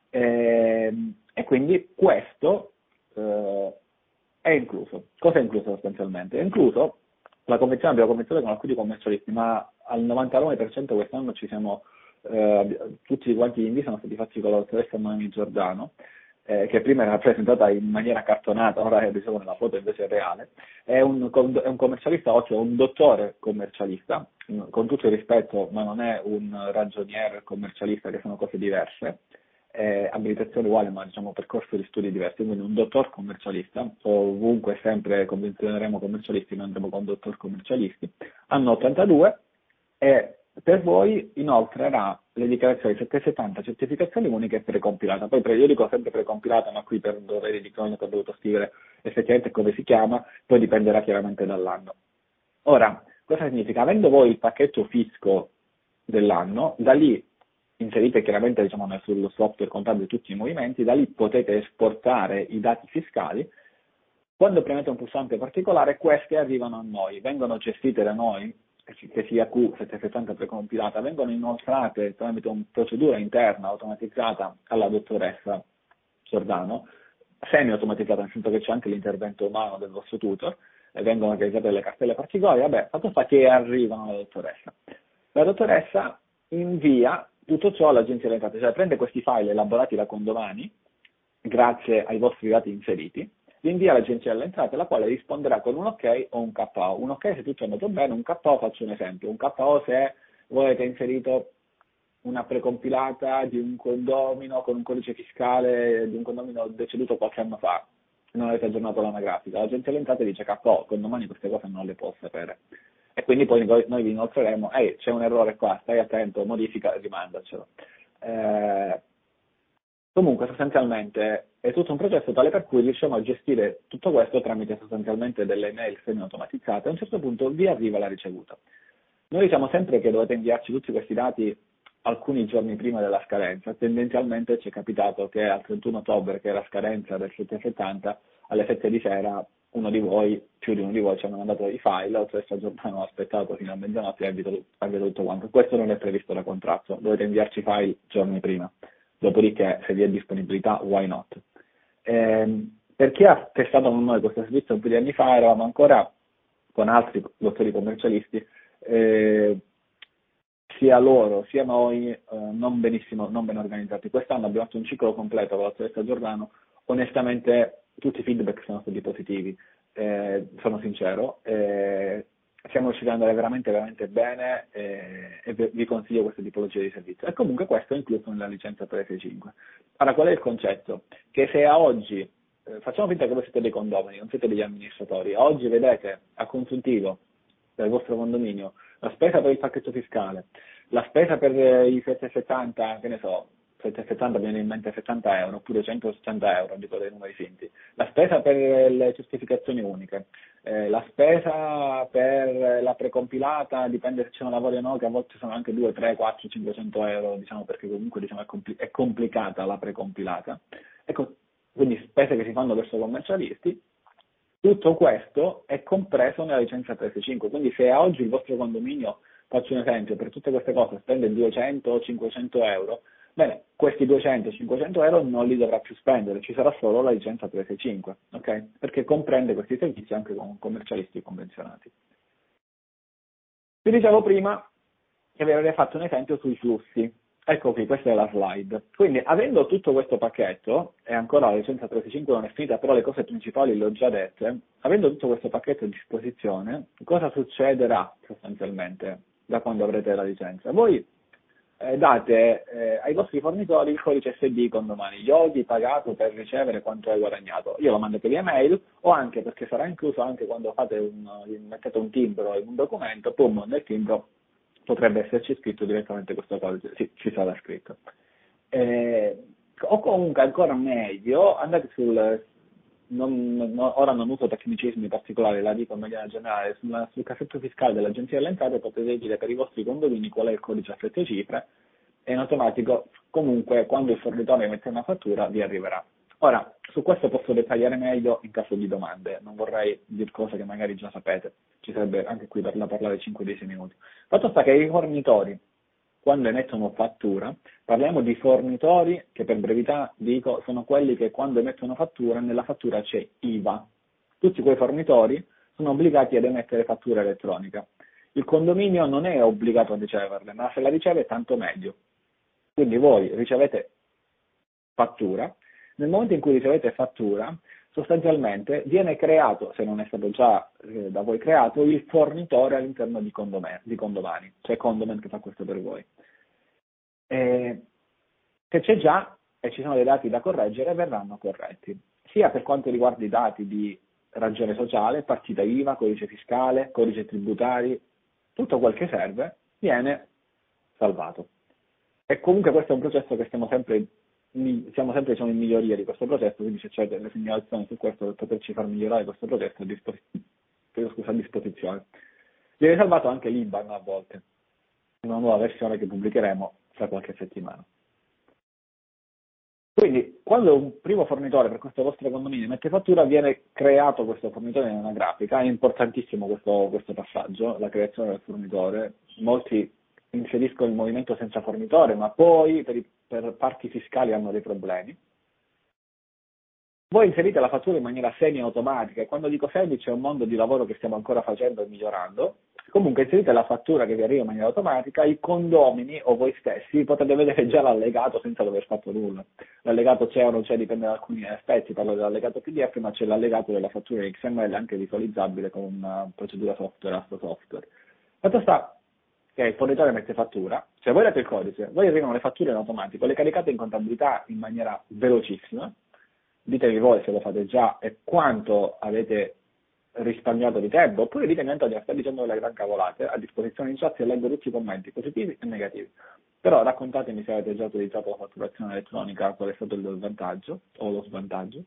e, e quindi questo eh, è incluso. Cosa è incluso sostanzialmente? È incluso la convenzione, abbiamo cominciato con alcuni commercialisti, ma al novantanove per cento quest'anno ci siamo, eh, tutti quanti gli inviti sono stati fatti con la dottoressa Noemi Giordano, eh, che prima era presentata in maniera cartonata, ora è diciamo nella foto invece è reale. È un, è un commercialista, o cioè un dottore commercialista, con tutto il rispetto, ma non è un ragioniere commercialista, che sono cose diverse. Eh, abilitazione uguale, ma diciamo percorso di studi diversi, quindi un dottor commercialista, ovunque sempre convenzioneremo commercialisti, noi andremo con dottor commercialisti, anno ottantadue, e per voi inoltrerà le dichiarazioni settecentosettanta, certificazioni uniche e precompilata. Poi io dico sempre precompilata, ma qui per doveri di cronaca ho dovuto scrivere effettivamente come si chiama, poi dipenderà chiaramente dall'anno. Ora, cosa significa? Avendo voi il pacchetto fisco dell'anno, da lì inserite chiaramente diciamo, sul software contabile tutti i movimenti, da lì potete esportare i dati fiscali. Quando premete un pulsante particolare, queste arrivano a noi, vengono gestite da noi, che sia Q settecentosettanta precompilata, vengono inoltrate tramite una procedura interna automatizzata alla dottoressa Giordano, semi-automatizzata, nel senso che c'è anche l'intervento umano del vostro tutor, e vengono realizzate delle cartelle particolari, vabbè, fatto sta che arrivano alla dottoressa. La dottoressa invia tutto ciò all'Agenzia delle Entrate, cioè prende questi file elaborati da Condomani, grazie ai vostri dati inseriti, li invia all'Agenzia delle Entrate, la quale risponderà con un ok o un K O. Un ok se tutto è andato bene, un K O faccio un esempio, un K O se voi avete inserito una precompilata di un condomino con un codice fiscale di un condomino deceduto qualche anno fa, non avete aggiornato l'anagrafica, l'Agenzia delle Entrate dice K O, Condomani queste cose non le può sapere. E quindi poi noi vi inoltreremo, ehi, c'è un errore qua, stai attento, modifica e rimandacelo. Eh, comunque sostanzialmente è tutto un processo tale per cui riusciamo a gestire tutto questo tramite sostanzialmente delle mail semi-automatizzate. A un certo punto vi arriva la ricevuta. Noi diciamo sempre che dovete inviarci tutti questi dati alcuni giorni prima della scadenza. Tendenzialmente ci è capitato che al trentuno ottobre, che è la scadenza del settecentosettanta, alle sette di sera uno di voi, più di uno di voi, ci hanno mandato i file, la dottoressa Giordano ha aspettato fino a mezzanotte e ha inviato, ha inviato tutto quanto. Questo non è previsto da contratto, dovete inviarci i file giorni prima. Dopodiché, se vi è disponibilità, why not? Eh, per chi ha testato con noi questo servizio un po' di anni fa, eravamo ancora con altri dottori commercialisti, eh, sia loro sia noi eh, non benissimo, non ben organizzati. Quest'anno abbiamo fatto un ciclo completo con la dottoressa Giordano, onestamente tutti i feedback sono stati positivi, eh, sono sincero, eh, siamo riusciti ad andare veramente veramente bene eh, e vi consiglio questa tipologia di servizio. E comunque questo è incluso nella licenza trecentosessantacinque. Ora, qual è il concetto? Che se a oggi, eh, facciamo finta che voi siete dei condomini, non siete degli amministratori, a oggi vedete a consuntivo del vostro condominio la spesa per il pacchetto fiscale, la spesa per i settecentosettanta, che ne so, settecentosettanta viene in mente settanta euro, oppure centosettanta euro, dico dei numeri finti, la spesa per le certificazioni uniche, eh, la spesa per la precompilata, dipende se c'è un lavoro o no, che a volte sono anche due, tre, quattro, cinquecento euro, diciamo, perché comunque diciamo, è, compl- è complicata la precompilata. Ecco, quindi spese che si fanno verso commercialisti. Tutto questo è compreso nella licenza trecentosessantacinque, quindi se a oggi il vostro condominio, faccio un esempio, per tutte queste cose spende duecento o cinquecento euro, bene, questi duecento cinquecento euro non li dovrà più spendere, ci sarà solo la licenza trecentosessantacinque, ok? Perché comprende questi servizi anche con commercialisti convenzionati. Vi dicevo prima che vi avrei fatto un esempio sui flussi. Ecco qui, questa è la slide. Quindi, avendo tutto questo pacchetto, e ancora la licenza trecentosessantacinque non è finita, però le cose principali le ho già dette, avendo tutto questo pacchetto a disposizione, cosa succederà sostanzialmente da quando avrete la licenza? Voi eh, date eh, ai vostri fornitori il codice S D Condomani, Yogi pagato per ricevere quanto hai guadagnato. Io lo mandate via mail, o anche perché sarà incluso anche quando fate un, mettete un timbro in un documento, pum, nel timbro potrebbe esserci scritto direttamente questo codice, sì, ci sarà scritto. Eh, o comunque ancora meglio, andate sul, non, non, ora non uso tecnicismi particolari, la dico in maniera generale, sul, sul cassetto fiscale dell'Agenzia delle Entrate potete dire per i vostri condomini qual è il codice a sette cifre e in automatico comunque quando il fornitore mette una fattura vi arriverà. Ora, su questo posso dettagliare meglio in caso di domande, non vorrei dire cose che magari già sapete, ci sarebbe anche qui da parlare cinque dieci minuti. Fatto sta che i fornitori, quando emettono fattura, parliamo di fornitori che per brevità dico sono quelli che quando emettono fattura, nella fattura c'è I V A. Tutti quei fornitori sono obbligati ad emettere fattura elettronica. Il condominio non è obbligato a riceverle, ma se la riceve tanto meglio. Quindi voi ricevete fattura, nel momento in cui ricevete fattura, sostanzialmente viene creato, se non è stato già eh, da voi creato, il fornitore all'interno di, Condome, di Condomani, cioè Condomen che fa questo per voi. E, se c'è già e ci sono dei dati da correggere, verranno corretti, sia per quanto riguarda i dati di ragione sociale, partita I V A, codice fiscale, codice tributari, tutto quel che serve viene salvato. E comunque questo è un processo che stiamo sempre siamo sempre diciamo, in miglioria di questo processo, quindi se c'è delle segnalazioni su questo per poterci far migliorare questo processo a, disposi- scusa, a disposizione. Viene salvato anche l'I B A N a volte, una nuova versione che pubblicheremo tra qualche settimana. Quindi quando un primo fornitore per questo vostro condominio mette fattura, viene creato questo fornitore in una grafica, è importantissimo questo, questo passaggio, la creazione del fornitore. Molti inseriscono il movimento senza fornitore, ma poi per, i, per parti fiscali hanno dei problemi. Voi inserite la fattura in maniera semi-automatica, e quando dico semi c'è un mondo di lavoro che stiamo ancora facendo e migliorando. Comunque inserite la fattura che vi arriva in maniera automatica, i condomini o voi stessi potete vedere già l'allegato senza dover fatto nulla. L'allegato c'è o non c'è, dipende da alcuni aspetti, parlo dell'allegato P D F, ma c'è l'allegato della fattura in X M L anche visualizzabile con una procedura software, Astro Software. Fatto sta che il fornitore mette fattura, cioè voi date il codice, voi arrivano le fatture in automatico, le caricate in contabilità in maniera velocissima, ditemi voi se lo fate già e quanto avete risparmiato di tempo, oppure ditemi Antonio, sta dicendo delle gran cavolate, a disposizione in chat e leggo tutti i commenti, positivi e negativi. Però raccontatemi se avete già utilizzato la fatturazione elettronica, qual è stato il vantaggio o lo svantaggio.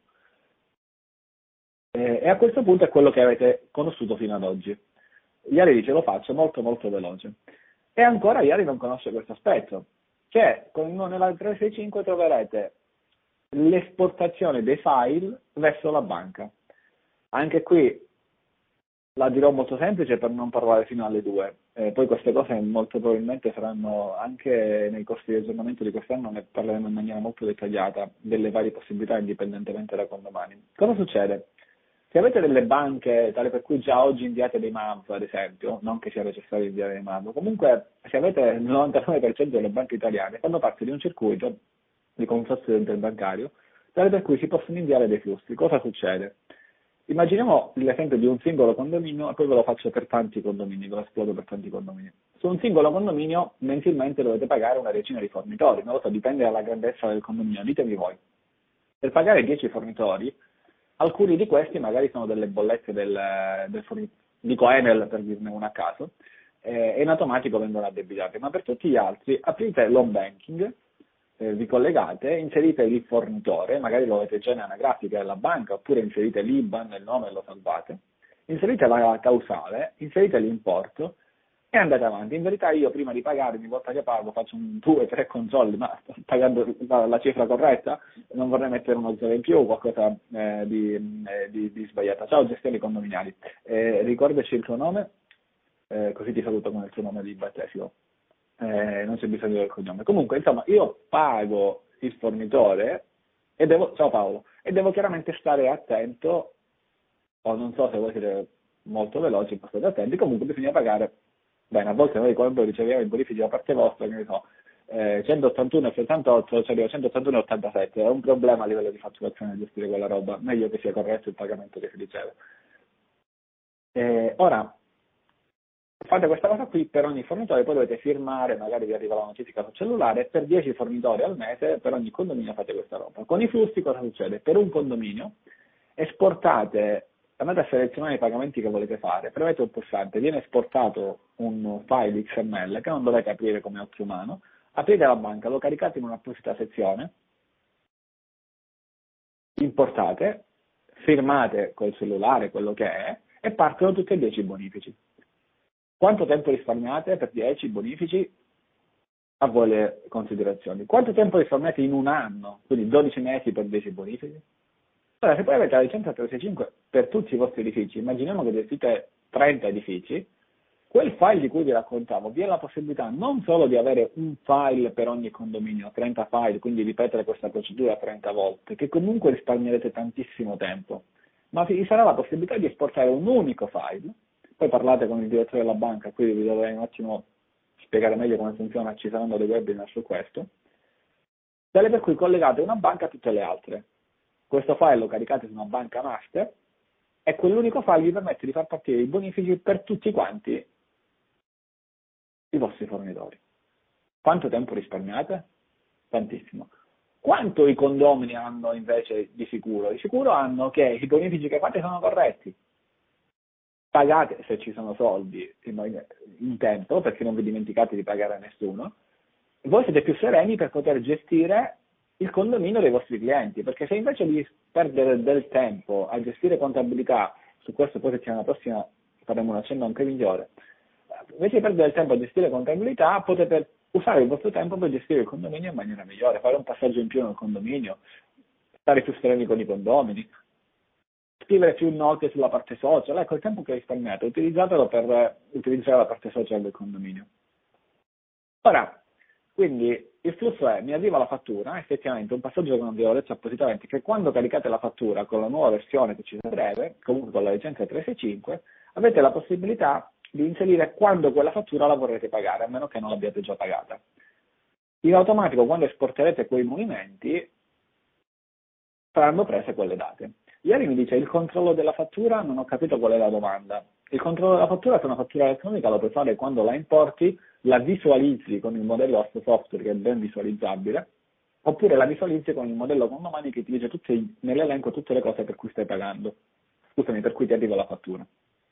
E a questo punto è quello che avete conosciuto fino ad oggi. Iari dice lo faccio molto molto veloce. E ancora Iari non conosce questo aspetto, che con nella tre sei cinque troverete l'esportazione dei file verso la banca. Anche qui la dirò molto semplice per non parlare fino alle due. Eh, poi queste cose molto probabilmente saranno anche nei corsi di aggiornamento di quest'anno, ne parleremo in maniera molto dettagliata delle varie possibilità indipendentemente da condomani. Cosa succede? Se avete delle banche tale per cui già oggi inviate dei M A V, ad esempio, non che sia necessario inviare dei M A V, comunque se avete il novantanove per cento delle banche italiane fanno parte di un circuito di consorzio interbancario, tale per cui si possono inviare dei flussi. Cosa succede? Immaginiamo l'esempio di un singolo condominio, e poi ve lo faccio per tanti condomini, ve lo esplodo per tanti condomini. Su un singolo condominio mensilmente dovete pagare una decina di fornitori, non lo so, dipende dalla grandezza del condominio, ditemi voi. Per pagare dieci fornitori, alcuni di questi magari sono delle bollette del, del fornitore, dico Enel per dirne una a caso, eh, e in automatico vengono addebitate, ma per tutti gli altri aprite l'home banking, eh, vi collegate, inserite il fornitore, magari lo avete già in anagrafica della banca, oppure inserite l'I B A N nel nome e lo salvate, inserite la causale, inserite l'importo e andate avanti. In verità io prima di pagare, ogni volta che pago, faccio un due tre controlli, ma sto pagando la, la cifra corretta, non vorrei mettere uno zero in più o qualcosa eh, di, eh, di, di sbagliata. Ciao gestioni condominiali, eh, ricordaci il tuo nome, eh, così ti saluto con il tuo nome di battesimo. Eh, non c'è bisogno del cognome. Comunque, insomma, io pago il fornitore e devo, ciao Paolo, e devo chiaramente stare attento, o non so se voi siete molto veloci, ma state attenti, comunque bisogna pagare, bene, a volte noi quando riceviamo i bonifici da parte vostra, che ne so, eh, centottantuno e settantotto, cioè centottantuno e ottantasette, è un problema a livello di fatturazione gestire quella roba, meglio che sia corretto il pagamento che si riceve. Eh, ora, fate questa cosa qui per ogni fornitore, poi dovete firmare, magari vi arriva la notifica sul cellulare, per dieci fornitori al mese, per ogni condominio fate questa roba. Con i flussi cosa succede? Per un condominio esportate, andate a selezionare i pagamenti che volete fare, premete un pulsante, viene esportato un file X M L che non dovete aprire come occhio umano, aprite la banca, lo caricate in un'apposita sezione, importate, firmate col cellulare quello che è e partono tutti e dieci i bonifici. Quanto tempo risparmiate per dieci bonifici? a voi le considerazioni. Quanto tempo risparmiate in un anno? Quindi dodici mesi per dieci bonifici? Allora, se poi avete la licenza trecentosessantacinque per tutti i vostri edifici, immaginiamo che gestite trenta edifici, quel file di cui vi raccontavo, vi è la possibilità non solo di avere un file per ogni condominio, trenta file, quindi ripetere questa procedura trenta volte, che comunque risparmierete tantissimo tempo, ma vi sarà la possibilità di esportare un unico file, poi parlate con il direttore della banca, quindi vi dovrei un attimo spiegare meglio come funziona, ci saranno dei webinar su questo, tale per cui collegate una banca a tutte le altre. Questo file lo caricate su una banca master e quell'unico file vi permette di far partire i bonifici per tutti quanti i vostri fornitori. Quanto tempo risparmiate? Tantissimo. Quanto i condomini hanno invece di sicuro? Di sicuro hanno che i bonifici che fate sono corretti. Pagate, se ci sono soldi, in tempo, perché non vi dimenticate di pagare a nessuno, voi siete più sereni per poter gestire il condominio dei vostri clienti, perché se invece di perdere del tempo a gestire contabilità, su questo poi settimana prossima faremo un accenno anche migliore, invece di perdere del tempo a gestire contabilità, potete usare il vostro tempo per gestire il condominio in maniera migliore, fare un passaggio in più nel condominio, stare più sereni con i condomini, scrivere più note sulla parte social. Ecco, il tempo che risparmiate, utilizzatelo per utilizzare la parte social del condominio. Ora, quindi il flusso è, mi arriva la fattura, effettivamente un passaggio che non vi ho detto appositamente, che quando caricate la fattura con la nuova versione che ci sarà a breve, comunque con la licenza trecentosessantacinque, avete la possibilità di inserire quando quella fattura la vorrete pagare, a meno che non l'abbiate già pagata. In automatico, quando esporterete quei movimenti, saranno prese quelle date. Ieri mi dice il controllo della fattura, non ho capito qual è la domanda. Il controllo della fattura, se una fattura elettronica la puoi fare quando la importi, la visualizzi con il modello Host Software che è ben visualizzabile, oppure la visualizzi con il modello Condomani che ti dice tutti, nell'elenco tutte le cose per cui stai pagando. Scusami, per cui ti arriva la fattura.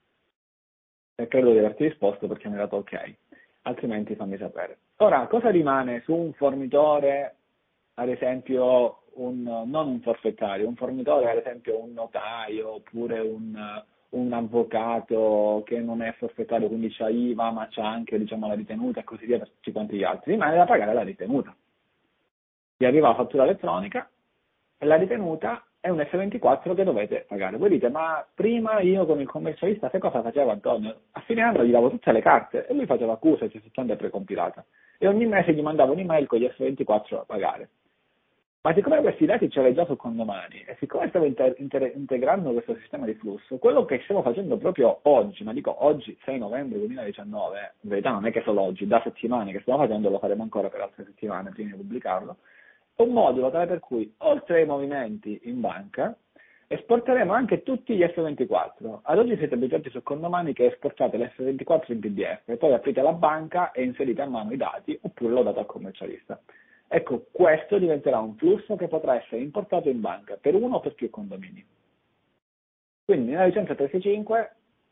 E credo di averti risposto perché mi hai dato ok, altrimenti fammi sapere. Ora, cosa rimane su un fornitore, ad esempio, un, non un forfettario, un fornitore, ad esempio un notaio, oppure un, un avvocato che non è forfettario, quindi c'ha I V A, ma c'ha anche, diciamo, la ritenuta e così via per tutti quanti gli altri, rimane da pagare la ritenuta. Vi arriva la fattura elettronica e la ritenuta è un F ventiquattro che dovete pagare. Voi dite, ma prima io con il commercialista, che cosa facevo Antonio? A fine anno gli davo tutte le carte e lui faceva Q settecentosettanta precompilata e ogni mese gli mandavo un'email con gli F ventiquattro da pagare. Ma siccome questi dati ce l'hai già su Condomani e siccome stiamo inter- inter- integrando questo sistema di flusso, quello che stiamo facendo proprio oggi, ma dico oggi sei novembre duemiladiciannove, in verità non è che solo oggi, da settimane che stiamo facendo, lo faremo ancora per altre settimane prima di pubblicarlo, un modulo tale per cui, oltre ai movimenti in banca, esporteremo anche tutti gli F ventiquattro. Ad oggi siete abituati su Condomani che esportate l'F ventiquattro in P D F, poi aprite la banca e inserite a mano i dati, oppure lo date al commercialista. Ecco, questo diventerà un flusso che potrà essere importato in banca per uno o per più condomini. Quindi nella licenza trecentosessantacinque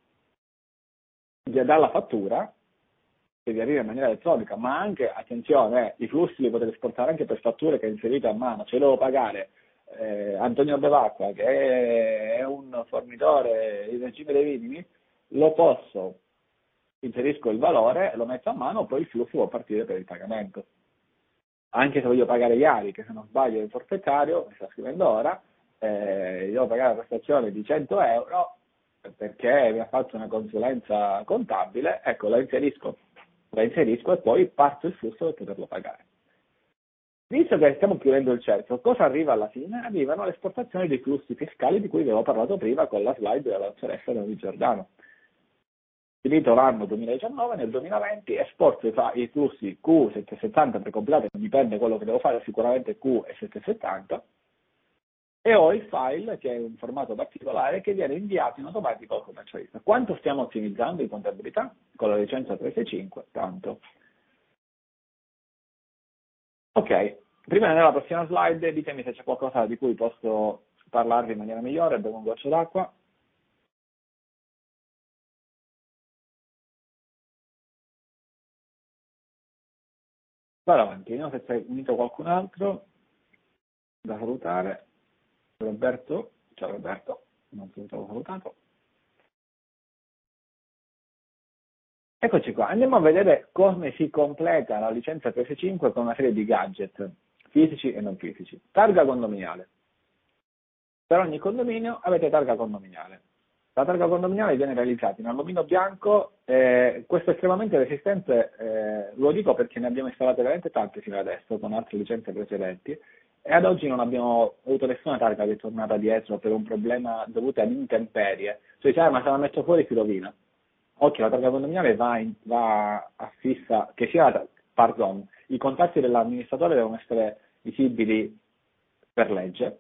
vi dà la fattura, che vi arriva in maniera elettronica, ma anche, attenzione, eh, i flussi li potete esportare anche per fatture che inserite a mano, cioè devo pagare eh, Antonio Bevacqua, che è un fornitore in regime dei minimi, lo posso, inserisco il valore, lo metto a mano, poi il flusso può partire per il pagamento. Anche se voglio pagare Iari, che se non sbaglio è il forfettario, mi sta scrivendo ora, eh, devo pagare la prestazione di cento euro perché mi ha fatto una consulenza contabile, ecco, la inserisco la inserisco e poi parto il flusso per poterlo pagare. Visto che stiamo chiudendo il cerchio, cosa arriva alla fine? Arrivano le esportazioni dei flussi fiscali di cui vi avevo parlato prima con la slide della dottoressa Novi Giordano. Finito l'anno duemiladiciannove, nel duemilaventi esporto i flussi Q settecentosettanta precompilati, dipende quello che devo fare, sicuramente Q e settecentosettanta, e ho il file che è un formato particolare che viene inviato in automatico al commercialista. Quanto stiamo ottimizzando in contabilità? Con la licenza trecentosessantacinque, tanto. Ok, prima di andare alla prossima slide, ditemi se c'è qualcosa di cui posso parlarvi in maniera migliore, bevo un goccio d'acqua. Vado avanti, vediamo se c'è unito qualcun altro da salutare. Roberto, ciao Roberto, non ti avevo salutato. Eccoci qua, andiamo a vedere come si completa la licenza P S cinque con una serie di gadget fisici e non fisici. Targa condominiale. Per ogni condominio avete targa condominiale. La targa condominiale viene realizzata in alluminio bianco, eh, questo è estremamente resistente, eh, lo dico perché ne abbiamo installate veramente tante fino adesso con altre licenze precedenti e ad oggi non abbiamo avuto nessuna targa che è tornata dietro per un problema dovuto ad intemperie. Cioè, dice, ah, ma se la metto fuori si rovina. Occhio, la targa condominiale va, in, va a fissa, che sia, pardon, i contatti dell'amministratore devono essere visibili per legge,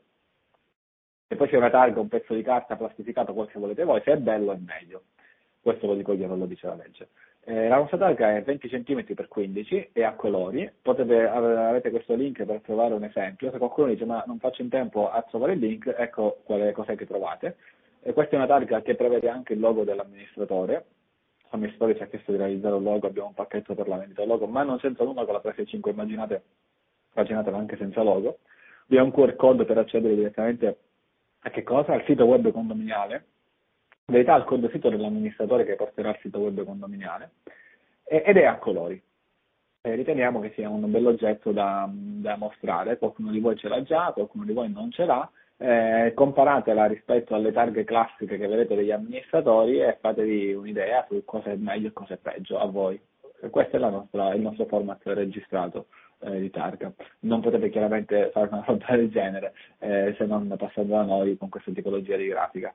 e poi c'è una targa, un pezzo di carta plastificato, quel che volete voi, se è bello è meglio. Questo lo dico io, non lo dice la legge. Eh, la nostra targa è venti centimetri per quindici, è a colori, potete, avete questo link per trovare un esempio, se qualcuno dice ma non faccio in tempo a trovare il link, ecco quale cos'è che trovate. E questa è una targa che prevede anche il logo dell'amministratore, l'amministratore ci ha chiesto di realizzare un logo, abbiamo un pacchetto per la vendita del logo, ma non senza nulla con la P S cinque, immaginate, immaginatela anche senza logo. Vi è un Q R code per accedere direttamente a che cosa? Al sito web condominiale, in verità al code sito dell'amministratore che porterà al sito web condominiale, ed è a colori. E riteniamo che sia un bell'oggetto da, da mostrare, qualcuno di voi ce l'ha già, qualcuno di voi non ce l'ha, eh, comparatela rispetto alle targhe classiche che vedete degli amministratori e fatevi un'idea su cosa è meglio e cosa è peggio a voi. E questo è la nostra, il nostro format registrato eh, di targa. Non potete chiaramente fare una roba del genere eh, se non passando da noi con questa tipologia di grafica.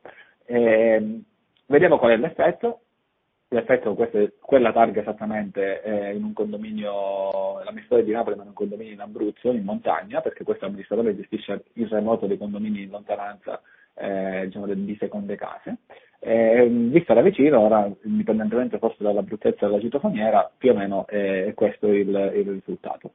E, vediamo qual è l'effetto. L'effetto, questa è quella targa esattamente eh, in un condominio, l'amministratore di Napoli ma in un condominio in Abruzzo, in montagna, perché questo amministratore gestisce il remoto dei condomini in lontananza eh, diciamo, di seconde case. Eh, vista da vicino, ora, indipendentemente forse dalla bruttezza della citofoniera, più o meno eh, è questo il, il risultato.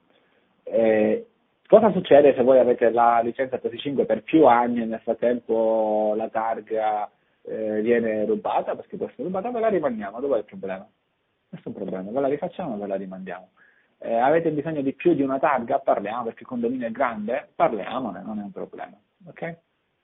Eh, cosa succede se voi avete la licenza P S cinque per più anni e nel frattempo la targa eh, viene rubata, perché può essere rubata, ve la rimandiamo, dov'è il problema? Nessun problema, ve la rifacciamo e ve la rimandiamo. Eh, avete bisogno di più di una targa? Parliamo, perché il condominio è grande? Parliamone, non è un problema, ok?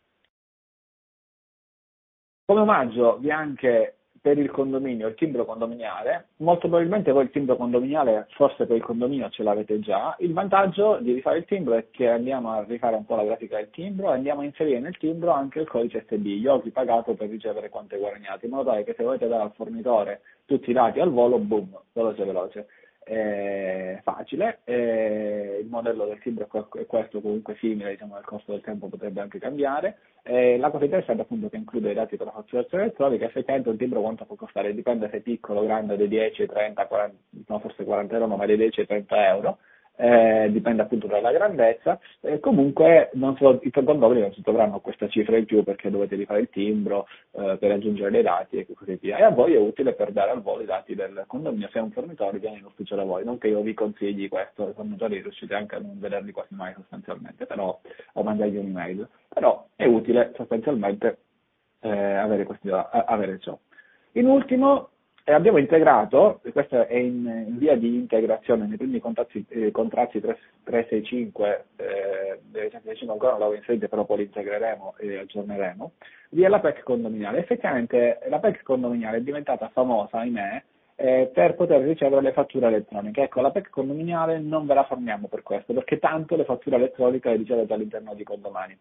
Come omaggio vi è anche per il condominio il timbro condominiale, molto probabilmente voi il timbro condominiale forse per il condominio ce l'avete già, il vantaggio di rifare il timbro è che andiamo a rifare un po' la grafica del timbro e andiamo a inserire nel timbro anche il codice S D, io ho pagato per ricevere quanto hai guadagnato, in modo tale che se volete dare al fornitore tutti i dati al volo, boom, veloce veloce. È facile, e il modello del timbro è questo, comunque simile, diciamo, il costo del tempo potrebbe anche cambiare. E la cosa interessante appunto che include i dati per la fatturazione elettronica, effettivamente un timbro quanto può costare, dipende se è piccolo, grande, dai dieci, trenta, quaranta, no forse quaranta euro, no, ma dai dieci ai trenta euro, eh, dipende appunto dalla grandezza, e comunque non so, i condomini non si dovranno questa cifra in più perché dovete rifare il timbro eh, per aggiungere dei dati e così via, e a voi è utile per dare al volo i dati del condominio se è un fornitore viene in ufficio da voi, non che io vi consigli questo, i fornitori riuscite anche a non vederli quasi mai sostanzialmente, però o mandargli un'email, però è utile sostanzialmente eh, avere, questi, avere ciò. In ultimo, eh, abbiamo integrato, e questo è in, in via di integrazione nei primi contratti, eh, contratti trecentosessantacinque, eh, trecentosessantacinque ancora non l'avevo inserito, però poi li integreremo e aggiorneremo, via la P E C condominiale. Effettivamente la P E C condominiale è diventata famosa, ahimè, eh, per poter ricevere le fatture elettroniche. Ecco, la P E C condominiale non ve la forniamo per questo, perché tanto le fatture elettroniche le ricevete all'interno di condomani.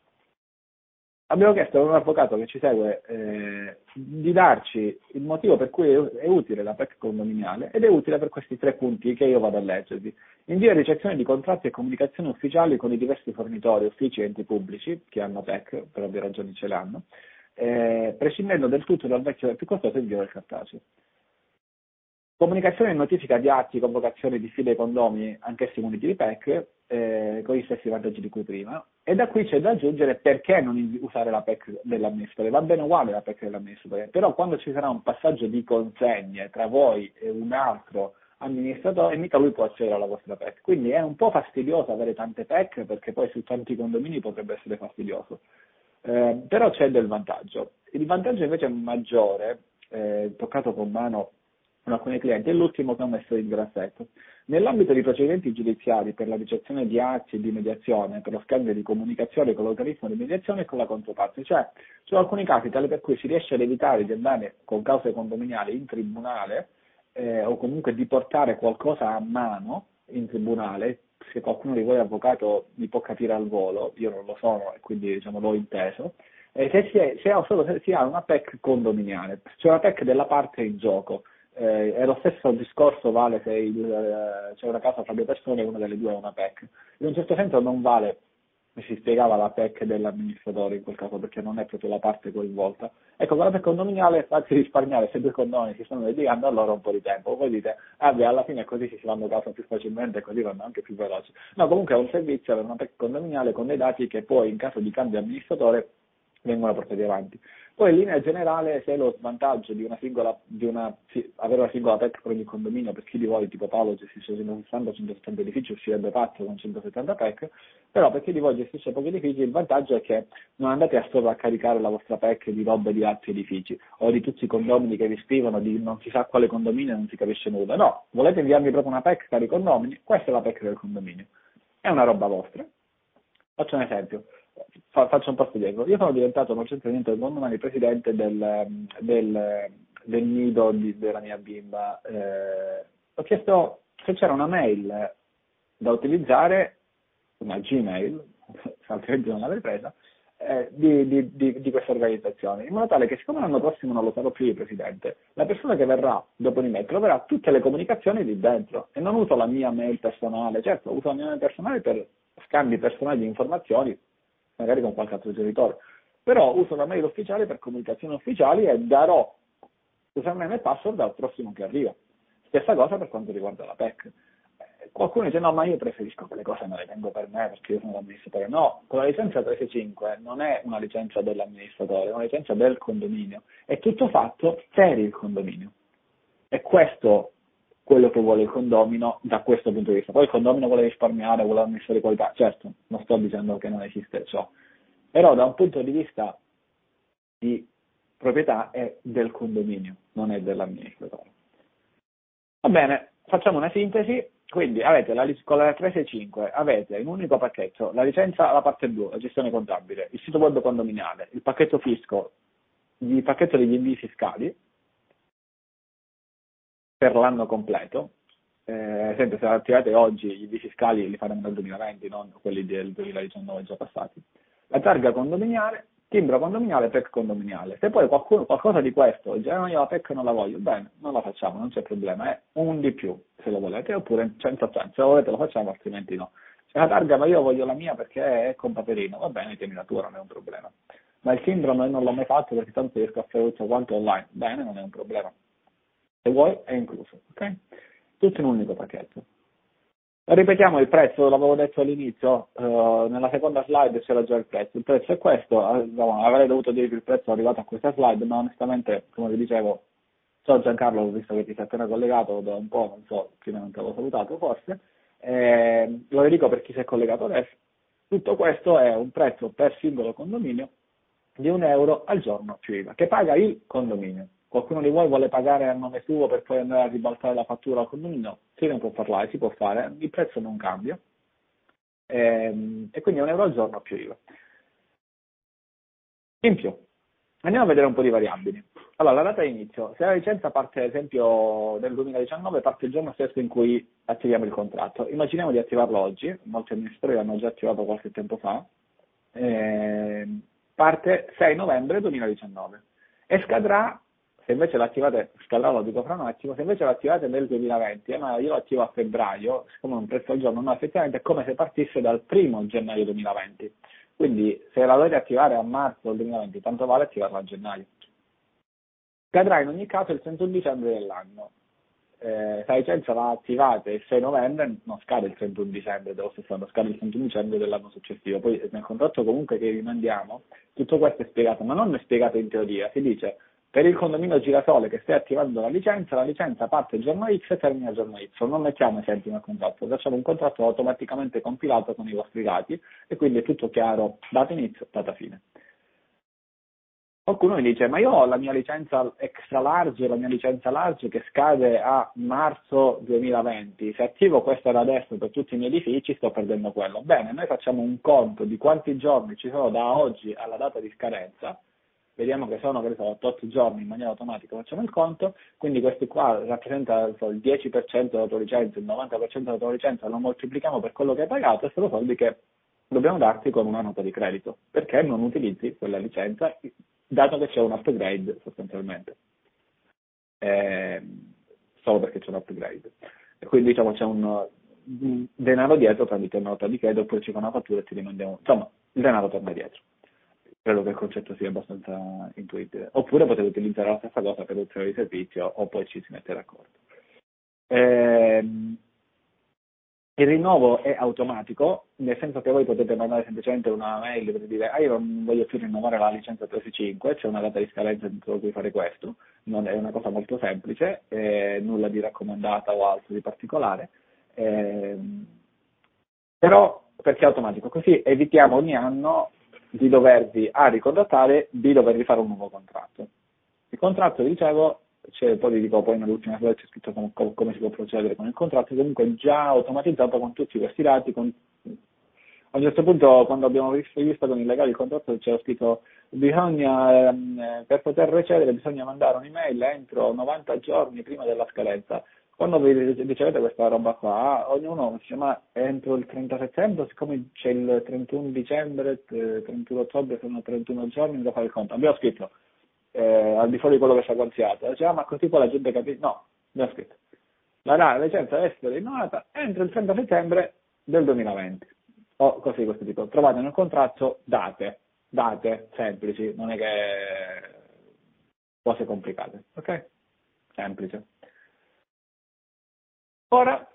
Abbiamo chiesto a un avvocato che ci segue eh, di darci il motivo per cui è utile la P E C condominiale ed è utile per questi tre punti che io vado a leggervi. Invio e ricezione di contratti e comunicazioni ufficiali con i diversi fornitori, uffici e enti pubblici che hanno P E C, per ovvie ragioni ce l'hanno, eh, prescindendo del tutto dal vecchio e più costoso invio del cartaceo. Comunicazione e notifica di atti, convocazioni di fide e condomini, anch'essi muniti di P E C, eh, con gli stessi vantaggi di cui prima. E da qui c'è da aggiungere perché non usare la P E C dell'amministratore. Va bene uguale la P E C dell'amministratore, però quando ci sarà un passaggio di consegne tra voi e un altro amministratore, mica lui può accedere alla vostra P E C. Quindi è un po' fastidioso avere tante P E C, perché poi su tanti condomini potrebbe essere fastidioso. Eh, però c'è del vantaggio. Il vantaggio invece maggiore, eh, toccato con mano con alcuni clienti, è l'ultimo che ho messo in grassetto. Nell'ambito di procedimenti giudiziari per la ricezione di atti di mediazione, per lo scambio di comunicazione con l'organismo di mediazione e con la controparte, cioè ci sono alcuni casi tali per cui si riesce ad evitare di andare con cause condominiali in tribunale eh, o comunque di portare qualcosa a mano in tribunale, se qualcuno di voi è avvocato mi può capire al volo, io non lo sono e quindi diciamo l'ho inteso, eh, se, si, è, se, ha solo, se si ha una P E C condominiale, cioè una P E C della parte in gioco, eh, e lo stesso discorso vale se il, eh, c'è una casa fra due persone e una delle due è una P E C. In un certo senso non vale, si spiegava, la P E C dell'amministratore in quel caso perché non è proprio la parte coinvolta. Ecco, con la P E C condominiale fate risparmiare, se due condomini si stanno litigando allora un po' di tempo, voi dite, ah beh, alla fine così si vanno a casa più facilmente e così vanno anche più veloci. No, comunque è un servizio per una P E C condominiale con dei dati che poi in caso di cambio amministratore vengono portati avanti. Poi in linea generale, se lo svantaggio di una singola, di una, sì, avere una singola P E C per ogni condominio, per chi di voi tipo Paolo gestisce centosessanta centosettanta edifici, uscirebbe pazzo con centosettanta P E C, però per chi di voi gestisce pochi edifici il vantaggio è che non andate a sovraccaricare la vostra P E C di robe di altri edifici o di tutti i condomini che vi scrivono di non si sa quale condominio e non si capisce nulla. No, volete inviarmi proprio una P E C cari condomini? Questa è la P E C del condominio. È una roba vostra. Faccio un esempio. Faccio un passo dietro. Io sono diventato, non c'entra niente del mondo, ma il presidente del, del, del nido di, della mia bimba. Eh, ho chiesto se c'era una mail da utilizzare, una Gmail, altrimenti non l'avrei presa, eh, di, di, di, di questa organizzazione, in modo tale che siccome l'anno prossimo non lo sarò più il presidente, la persona che verrà dopo di me troverà tutte le comunicazioni lì dentro e non uso la mia mail personale, certo uso la mia mail personale per scambi personali di informazioni, magari con qualche altro genitore, però uso la mail ufficiale per comunicazioni ufficiali e darò username e password al prossimo che arriva. Stessa cosa per quanto riguarda la P E C. Eh, qualcuno dice no, ma io preferisco che le cose me le tengo per me perché io sono l'amministratore. No, con la licenza trecentosessantacinque non è una licenza dell'amministratore, è una licenza del condominio. È tutto fatto per il condominio. E questo quello che vuole il condomino da questo punto di vista. Poi il condomino vuole risparmiare, vuole amministrare qualità, certo, non sto dicendo che non esiste ciò, però da un punto di vista di proprietà è del condominio, non è dell'amministratore. Va bene, facciamo una sintesi. Quindi avete la, con la trecentosessantacinque avete in un unico pacchetto la licenza alla parte due, la gestione contabile, il sito web condominiale, il pacchetto fisco, il pacchetto degli invii fiscali per l'anno completo. Eh, ad esempio, se attivate oggi gli invii fiscali li faremo nel duemilaventi, non quelli del duemiladiciannove già passati. La targa condominiale, timbro condominiale, P E C condominiale. Se poi qualcuno, qualcosa di questo dice no, io la P E C non la voglio, bene, non la facciamo, non c'è problema, è un di più se lo volete, oppure cento a cento, se lo volete lo facciamo, altrimenti no. Se la targa, ma io voglio la mia perché è con Paperino, va bene, tieni la tua, non è un problema. Ma il timbro noi non l'ho mai fatto perché tanto riesco a fare tutto quanto online, bene, non è un problema. Se vuoi è incluso, ok? Tutto in un unico pacchetto. Ripetiamo il prezzo, l'avevo detto all'inizio, uh, nella seconda slide c'era già il prezzo. Il prezzo è questo, no, avrei dovuto dirvi il prezzo arrivato a questa slide, ma onestamente, come vi dicevo, ciao Giancarlo, ho visto che ti sei appena collegato da un po', non so, prima non ti avevo salutato forse, eh, lo ridico per chi si è collegato adesso. Tutto questo è un prezzo per singolo condominio di un euro al giorno più I V A, che paga il condominio. Qualcuno di voi vuole pagare a nome suo per poi andare a ribaltare la fattura al condominio? Si ne può parlare, si può fare, il prezzo non cambia, e, e quindi un euro al giorno più I V A. In più, andiamo a vedere un po' di variabili. Allora, la data di inizio, se la licenza parte ad esempio nel duemiladiciannove, parte il giorno stesso in cui attiviamo il contratto. Immaginiamo di attivarlo oggi, molti amministratori l'hanno già attivato qualche tempo fa, eh, parte sei novembre duemiladiciannove e scadrà, se invece l'attivate, scadrà lo dico fra un attimo, se invece l'attivate nel duemilaventi, eh, ma io lo attivo a febbraio, siccome è un prezzo al giorno, no, effettivamente è come se partisse dal primo gennaio duemilaventi. Quindi se la dovete attivare a marzo del duemilaventi, tanto vale attivarla a gennaio. Scadrà in ogni caso il trentuno dicembre dell'anno. Eh, se la licenza la attivate il sei novembre, non scade il trentuno dicembre dello stesso anno, scade il trentuno dicembre dell'anno successivo. Poi nel contratto comunque che vi mandiamo, tutto questo è spiegato, ma non è spiegato in teoria, si dice per il condominio Girasole che stai attivando la licenza, la licenza parte il giorno X e termina il giorno Y. Non mettiamo esempi nel contratto, facciamo un contratto automaticamente compilato con i vostri dati e quindi è tutto chiaro, data inizio, data fine. Qualcuno mi dice, ma io ho la mia licenza extra large, la mia licenza large che scade a marzo duemilaventi, se attivo questa da adesso per tutti i miei edifici sto perdendo quello. Bene, noi facciamo un conto di quanti giorni ci sono da oggi alla data di scadenza vediamo che sono, che ne so, ottanta giorni in maniera automatica, facciamo il conto, quindi questi qua rappresenta so, il dieci per cento della tua licenza, il novanta per cento della tua licenza, lo moltiplichiamo per quello che hai pagato e sono soldi che dobbiamo darti con una nota di credito, perché non utilizzi quella licenza, dato che c'è un upgrade sostanzialmente, eh, solo perché c'è un upgrade. E quindi diciamo c'è un, un denaro dietro tramite una nota di credito, oppure c'è una fattura e ti rimandiamo, insomma il denaro torna dietro. Credo che il concetto sia abbastanza intuibile. Oppure potete utilizzare la stessa cosa per ulteriori servizi o, o poi ci si mette d'accordo. Ehm, il rinnovo è automatico, nel senso che voi potete mandare semplicemente una mail per dire ah io non voglio più rinnovare la licenza trecentosessantacinque, c'è una data di scadenza entro cui fare questo, non è una cosa molto semplice, eh, nulla di raccomandata o altro di particolare, eh, però perché è automatico? Così evitiamo ogni anno di dovervi A ricontrattare, B dovervi fare un nuovo contratto. Il contratto, dicevo, c'è, poi vi dico poi nell'ultima slide c'è scritto come, come si può procedere con il contratto, comunque già automatizzato con tutti questi dati. Con... A un certo punto, quando abbiamo visto con il legale il contratto, c'era scritto bisogna, ehm, per poter recedere bisogna mandare un'email entro novanta giorni prima della scadenza. Quando vi ricevete questa roba qua, ognuno si chiama entro il trenta settembre, siccome c'è il trentuno dicembre, trentuno ottobre, sono trentuno giorni, devo fare il conto. Abbiamo scritto eh, al di fuori di quello che ci ha consigliato, diceva ma così poi la gente capisce, no, abbiamo scritto la, la licenza deve essere rinnovata entro il trenta settembre del duemilaventi o così di questo tipo. Trovate nel contratto date, date semplici, non è che cose complicate, ok? Semplice. Ora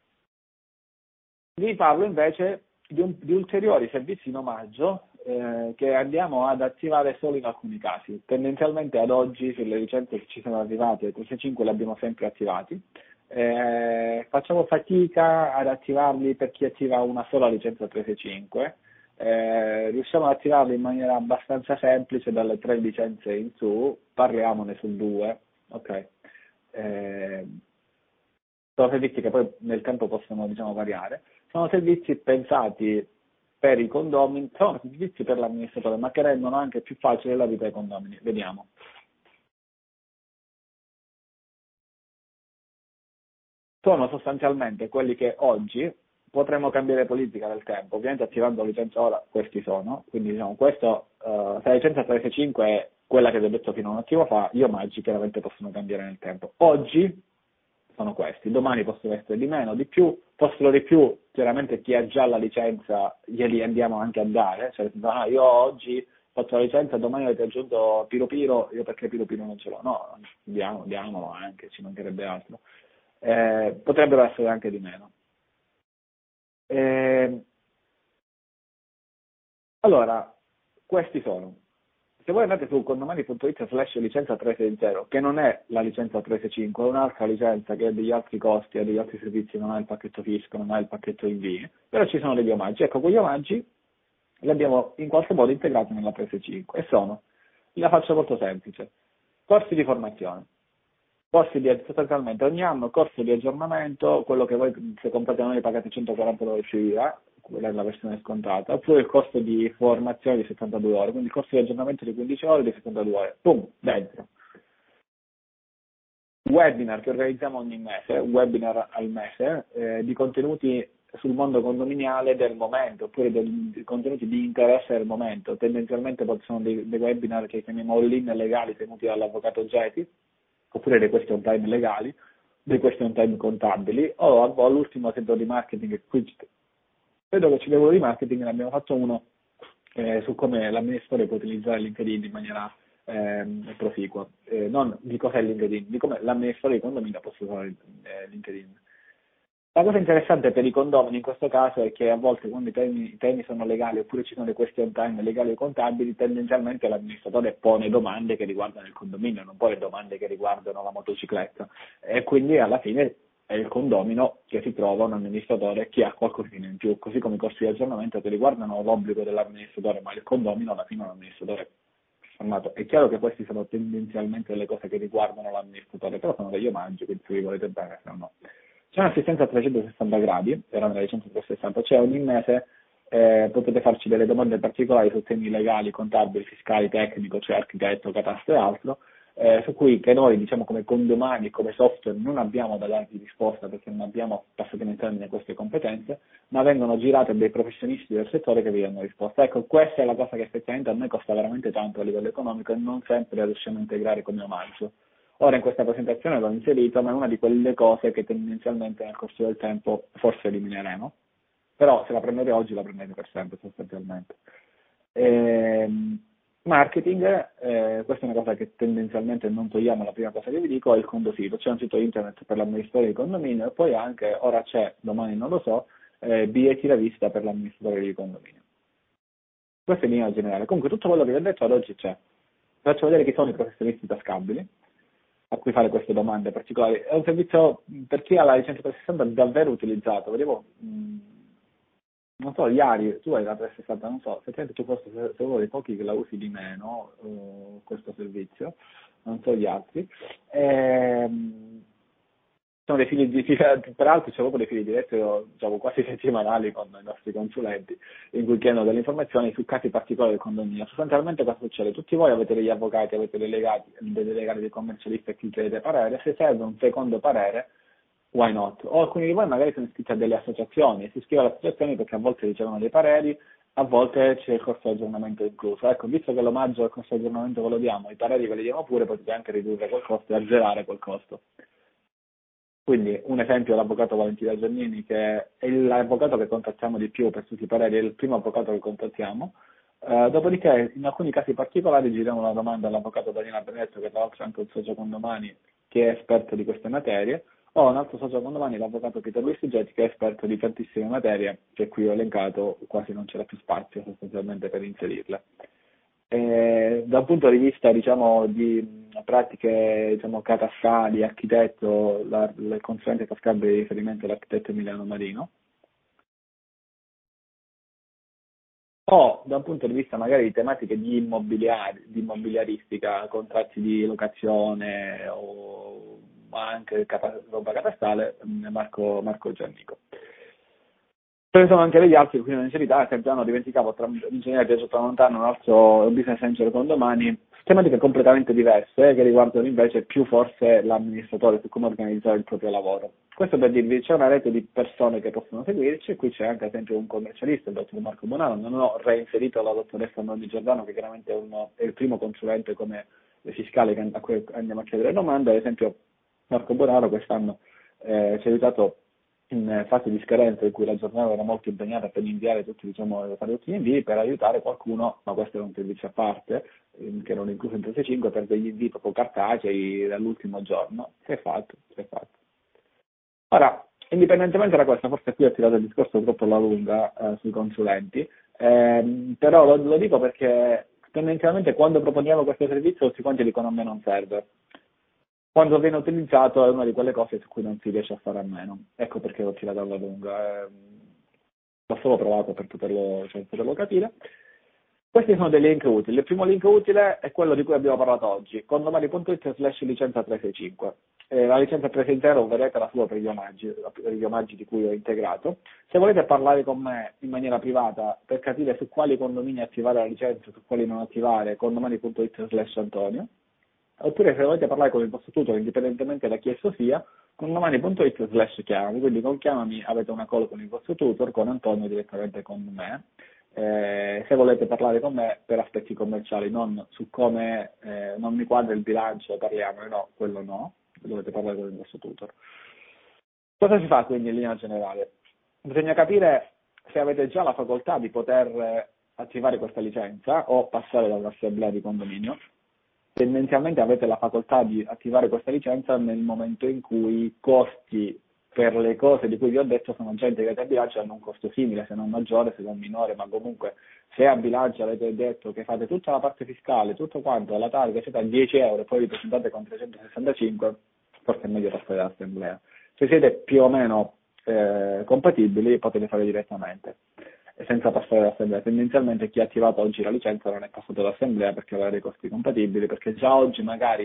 vi parlo invece di, un, di ulteriori servizi in omaggio eh, che andiamo ad attivare solo in alcuni casi. Tendenzialmente ad oggi sulle licenze che ci sono arrivate, tre sei cinque le abbiamo sempre attivati. Eh, facciamo fatica ad attivarli per chi attiva una sola licenza tre sei cinque. Eh, riusciamo ad attivarli in maniera abbastanza semplice dalle tre licenze in su, parliamone su due, ok? Eh, sono servizi che poi nel tempo possono diciamo, variare, sono servizi pensati per i condomini, sono servizi per l'amministratore, ma che rendono anche più facile la vita ai condomini. Vediamo. Sono sostanzialmente quelli che oggi potremmo cambiare politica nel tempo, ovviamente attivando la licenza ora, questi sono, quindi diciamo questo, uh, se la licenza tre sei cinque è quella che vi ho detto fino a un attimo fa, gli omaggi chiaramente possono cambiare nel tempo. Oggi sono questi, domani possono essere di meno, di più, fossero di più, chiaramente chi ha già la licenza glieli andiamo anche a dare, cioè ah, io oggi ho fatto la licenza, domani avete aggiunto Piro Piro, io perché Piro Piro non ce l'ho, no, diamo, diamolo anche, ci mancherebbe altro, eh, potrebbero essere anche di meno. Eh, allora, questi sono. Se voi andate su condomani punto it slash licenza trecentosessanta, che non è la licenza trecentosessantacinque, è un'altra licenza che ha degli altri costi, ha degli altri servizi, non ha il pacchetto fisco, non ha il pacchetto invii, però ci sono degli omaggi. Ecco, quegli omaggi li abbiamo in qualche modo integrati nella trecentosessantacinque e sono, la faccio molto semplice, corsi di formazione. Corsi di sostanzialmente ogni anno corso di aggiornamento, quello che voi se comprate da noi pagate centoquaranta euro di I V A, quella è la versione scontata, oppure il corso di formazione di settantadue ore, quindi il corso di aggiornamento di quindici ore di settantadue ore, pum, dentro. Webinar che organizziamo ogni mese, webinar al mese, eh, di contenuti sul mondo condominiale del momento, oppure del, di contenuti di interesse del momento, tendenzialmente sono dei, dei webinar che chiamiamo all-in legali tenuti dall'avvocato Geti, oppure dei question time legali, dei question time contabili, o all'ultimo esempio di marketing, qui credo che ci lavoro di marketing, ne abbiamo fatto uno eh, su come l'amministratore può utilizzare LinkedIn in maniera ehm, proficua, eh, non di cos'è LinkedIn, di come l'amministratore di condominio possa usare eh, LinkedIn. La cosa interessante per i condomini in questo caso è che a volte quando i temi, i temi sono legali oppure ci sono le question time legali o contabili, tendenzialmente l'amministratore pone domande che riguardano il condominio, non pone domande che riguardano la motocicletta e quindi alla fine è il condomino che si trova un amministratore che ha qualcosina in più, così come i corsi di aggiornamento che riguardano l'obbligo dell'amministratore, ma il condomino alla fine è un amministratore formato. È chiaro che questi sono tendenzialmente le cose che riguardano l'amministratore, però sono degli omaggi, quindi se vi volete bene, se no no. C'è un'assistenza a trecentosessanta gradi, era nella licenza trecentosessanta, cioè ogni mese eh, potete farci delle domande particolari su temi legali, contabili, fiscali, tecnico, cioè architetto, catasto e altro, eh, su cui che noi, diciamo, come condomani, come software, non abbiamo da darvi risposta perché non abbiamo, passatemi in termini, queste competenze, ma vengono girate a dei professionisti del settore che vi danno risposta. Ecco, questa è la cosa che effettivamente a noi costa veramente tanto a livello economico e non sempre riusciamo a integrare come omaggio. Ora in questa presentazione l'ho inserito, ma è una di quelle cose che tendenzialmente nel corso del tempo forse elimineremo, però se la prendete oggi la prendete per sempre sostanzialmente. Ehm, marketing, eh, questa è una cosa che tendenzialmente non togliamo, la prima cosa che vi dico è il conto sito, c'è un sito internet per l'amministratore di condominio e poi anche, ora c'è, domani non lo so, eh, biglietti da visita per l'amministratore di condominio. Questa è in linea generale. Comunque tutto quello che vi ho detto ad oggi c'è. Faccio vedere chi sono i professionisti tascabili a cui fare queste domande particolari. È un servizio per chi ha la licenza trecentosessanta davvero utilizzato. Vedevo, mh, non so, Iari, tu hai la trecentosessanta, non so, effettivamente tu forse sei sei uno dei pochi che la usi di meno, uh, questo servizio, non so gli altri. Ehm, sono dei fili di, peraltro c'è proprio dei fili diretti, diciamo, quasi settimanali con i nostri consulenti, in cui chiedono delle informazioni su casi particolari del condominio. Sostanzialmente cosa succede? Tutti voi avete degli avvocati, avete dei legati, dei legali dei commercialisti a chi chiedete parere, se serve un secondo parere, why not? O alcuni di voi magari sono iscritti a delle associazioni, si iscrivono alle associazioni perché a volte ricevono dei pareri, a volte c'è il corso di aggiornamento incluso. Ecco, visto che l'omaggio al corso di aggiornamento ve lo diamo, i pareri ve li diamo pure, potete anche ridurre quel costo e azzerare quel costo. Quindi un esempio è l'avvocato Valentina Giannini, che è l'avvocato che contattiamo di più per tutti i pareri, è il primo avvocato che contattiamo. Uh, dopodiché, in alcuni casi particolari, giriamo una domanda all'avvocato Daniela Benedetto, che tra l'altro è anche un socio condomani, che è esperto di queste materie, o un altro socio condomani, l'avvocato Pietro Luis Getti, che è esperto di tantissime materie, che qui ho elencato, quasi non c'era più spazio sostanzialmente per inserirle. Eh, da un punto di vista, diciamo, di pratiche, diciamo, catastali, architetto, la, il consulente tascabile di riferimento è l'architetto Emiliano Marino, o da un punto di vista magari di tematiche di, immobiliari, di immobiliaristica, contratti di locazione o anche cata, roba catastale, Marco, Marco Giannico. Ce ne sono anche degli altri qui in serietà, ad esempio hanno dimenticato tra l'ingegnere Pietro Tramontano, un altro business angel condomani, tematiche completamente diverse che riguardano invece più forse l'amministratore su come organizzare il proprio lavoro. Questo per dirvi, c'è una rete di persone che possono seguirci, qui c'è anche ad esempio un commercialista, il dottor Marco Bonanno, non ho reinserito la dottoressa Nonni Giordano che chiaramente è, uno, è il primo consulente come fiscale a cui andiamo a chiedere domande, ad esempio Marco Bonanno quest'anno eh, ci ha aiutato in fase di scadenza in cui la giornata era molto impegnata per inviare tutti, diciamo, fare tutti gli invii per aiutare qualcuno, ma questo è un servizio a parte, eh, che non è incluso in trecentosessantacinque, per degli invii proprio cartacei dall'ultimo giorno. Si è fatto, si è fatto. Ora, indipendentemente da questo, forse qui ho tirato il discorso troppo alla lunga eh, sui consulenti, ehm, però lo, lo dico perché tendenzialmente quando proponiamo questo servizio tutti quanti dicono a me non serve. Quando viene utilizzato è una di quelle cose su cui non si riesce a fare a meno. Ecco perché l'ho tirato alla lunga. Eh, l'ho solo provato per poterlo, cioè, per poterlo capire. Questi sono dei link utili. Il primo link utile è quello di cui abbiamo parlato oggi, condomani.it slash licenza trecentosessantacinque. Eh, la licenza trecentosessanta vedrete la sua per gli omaggi, per gli omaggi di cui ho integrato. Se volete parlare con me in maniera privata per capire su quali condomini attivare la licenza, su quali non attivare, condomani.it slash Antonio. Oppure se volete parlare con il vostro tutor, indipendentemente da chi esso sia, con domani.it slash chiamami, quindi con chiamami avete una call con il vostro tutor, con Antonio direttamente con me. Eh, se volete parlare con me per aspetti commerciali, non su come eh, non mi quadra il bilancio, parliamo, no, quello no, dovete parlare con il vostro tutor. Cosa si fa quindi in linea generale? Bisogna capire se avete già la facoltà di poter attivare questa licenza o passare da un'assemblea di condominio. Tendenzialmente avete la facoltà di attivare questa licenza nel momento in cui i costi per le cose di cui vi ho detto sono già integrati a bilancio e hanno un costo simile, se non maggiore, se non minore, ma comunque se a bilancio avete detto che fate tutta la parte fiscale, tutto quanto, la targa, eccetera, dieci euro e poi vi presentate con trecentosessantacinque, forse è meglio passare dall'assemblea. Se siete più o meno eh, compatibili potete fare direttamente, senza passare dall'assemblea. Tendenzialmente chi ha attivato oggi la licenza non è passato dall'assemblea perché aveva dei costi compatibili, perché già oggi magari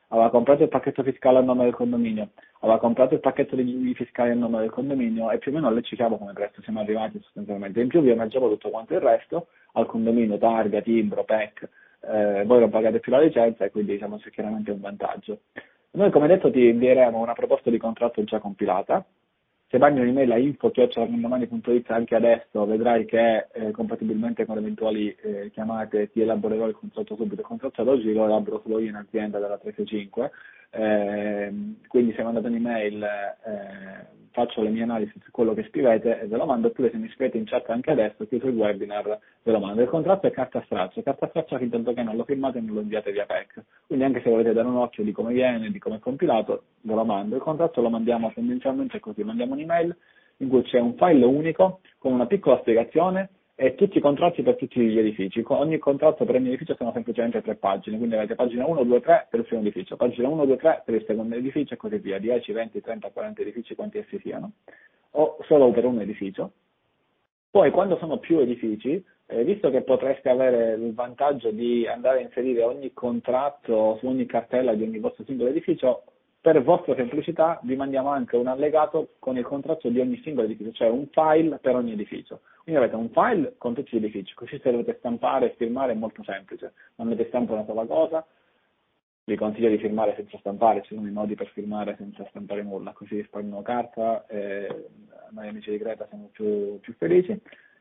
aveva comprato il pacchetto fiscale a nome del condominio, aveva comprato il pacchetto di fiscali a nome del condominio e più o meno lì ci siamo come prezzo siamo arrivati sostanzialmente. In più vi emergevo tutto quanto il resto al condominio, targa, timbro, P E C, eh, voi non pagate più la licenza e quindi diciamo c'è chiaramente un vantaggio. Noi come detto ti invieremo una proposta di contratto già compilata. Se mandi un'email a info chiocciola condomani punto it anche adesso vedrai che eh, compatibilmente con le eventuali eh, chiamate ti elaborerò il contratto subito. Il contratto ad oggi lo elaboro solo io in azienda della trecentosessantacinque, eh, quindi se mandate un'email eh, faccio le mie analisi su quello che scrivete e ve lo mando, oppure se mi scrivete in chat anche adesso, chiuso il webinar, ve lo mando. Il contratto è carta straccia, carta straccia fin tanto che non lo firmate e non lo inviate via P E C, quindi anche se volete dare un occhio di come viene, di come è compilato, ve lo mando. Il contratto lo mandiamo tendenzialmente così, mandiamo un'email in cui c'è un file unico con una piccola spiegazione e tutti i contratti per tutti gli edifici. Ogni contratto per ogni edificio sono semplicemente tre pagine, quindi avete pagina uno, due, tre per il primo edificio, pagina uno, due, tre per il secondo edificio e così via, dieci, venti, trenta, quaranta edifici, quanti essi siano, o solo per un edificio. Poi quando sono più edifici, eh, visto che potreste avere il vantaggio di andare a inserire ogni contratto su ogni cartella di ogni vostro singolo edificio, per vostra semplicità vi mandiamo anche un allegato con il contratto di ogni singolo edificio, cioè un file per ogni edificio. Quindi avete un file con tutti gli edifici, così se dovete stampare e firmare è molto semplice, mandate stampa una sola cosa, vi consiglio di firmare senza stampare, ci sono i modi per firmare senza stampare nulla, così risparmiamo carta e noi amici di Greta siamo più, più felici.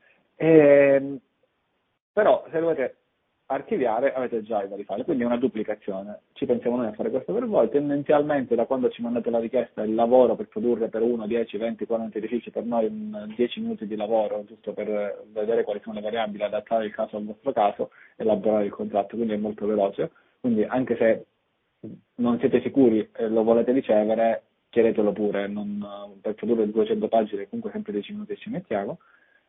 E, però se dovete archiviare avete già i vari file, quindi è una duplicazione. Ci pensiamo noi a fare questo per voi. Tendenzialmente da quando ci mandate la richiesta il lavoro per produrre per uno, dieci, venti, quaranta edifici, per noi un dieci minuti di lavoro giusto per vedere quali sono le variabili, adattare il caso al vostro caso, elaborare il contratto, quindi è molto veloce. Quindi anche se non siete sicuri e lo volete ricevere, chiedetelo pure, non, per produrre duecento pagine comunque sempre dieci minuti ci mettiamo.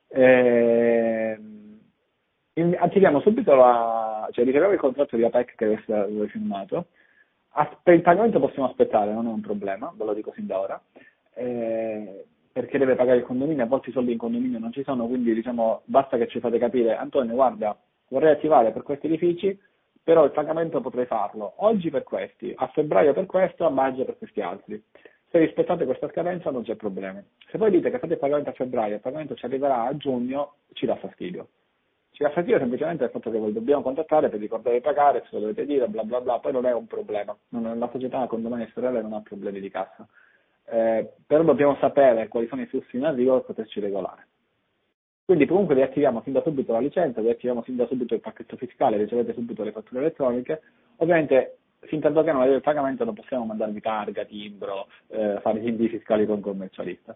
E, attiviamo subito la, cioè riceviamo il contratto di APEC che deve essere firmato. Per il pagamento possiamo aspettare, non è un problema, ve lo dico sin da ora, eh, perché deve pagare il condominio, a volte i soldi in condominio non ci sono, quindi diciamo basta che ci fate capire: Antonio, guarda, vorrei attivare per questi edifici, però il pagamento potrei farlo oggi per questi, a febbraio per questo, a maggio per questi altri. Se rispettate questa scadenza non c'è problema. Se poi dite che fate il pagamento a febbraio e il pagamento ci arriverà a giugno, ci dà fastidio. Ci dà fastidio semplicemente il fatto che voi dobbiamo contattare per ricordare di pagare, se lo dovete dire, bla bla bla, poi non è un problema. Non, la società condomani e sorelle non ha problemi di cassa. Eh, però dobbiamo sapere quali sono i flussi in arrivo per poterci regolare. Quindi comunque riattiviamo fin da subito la licenza, riattiviamo fin da subito il pacchetto fiscale, ricevete subito le fatture elettroniche. Ovviamente fin tanto che non avete il pagamento non possiamo mandarvi targa, timbro, eh, fare gli invii fiscali con commercialista.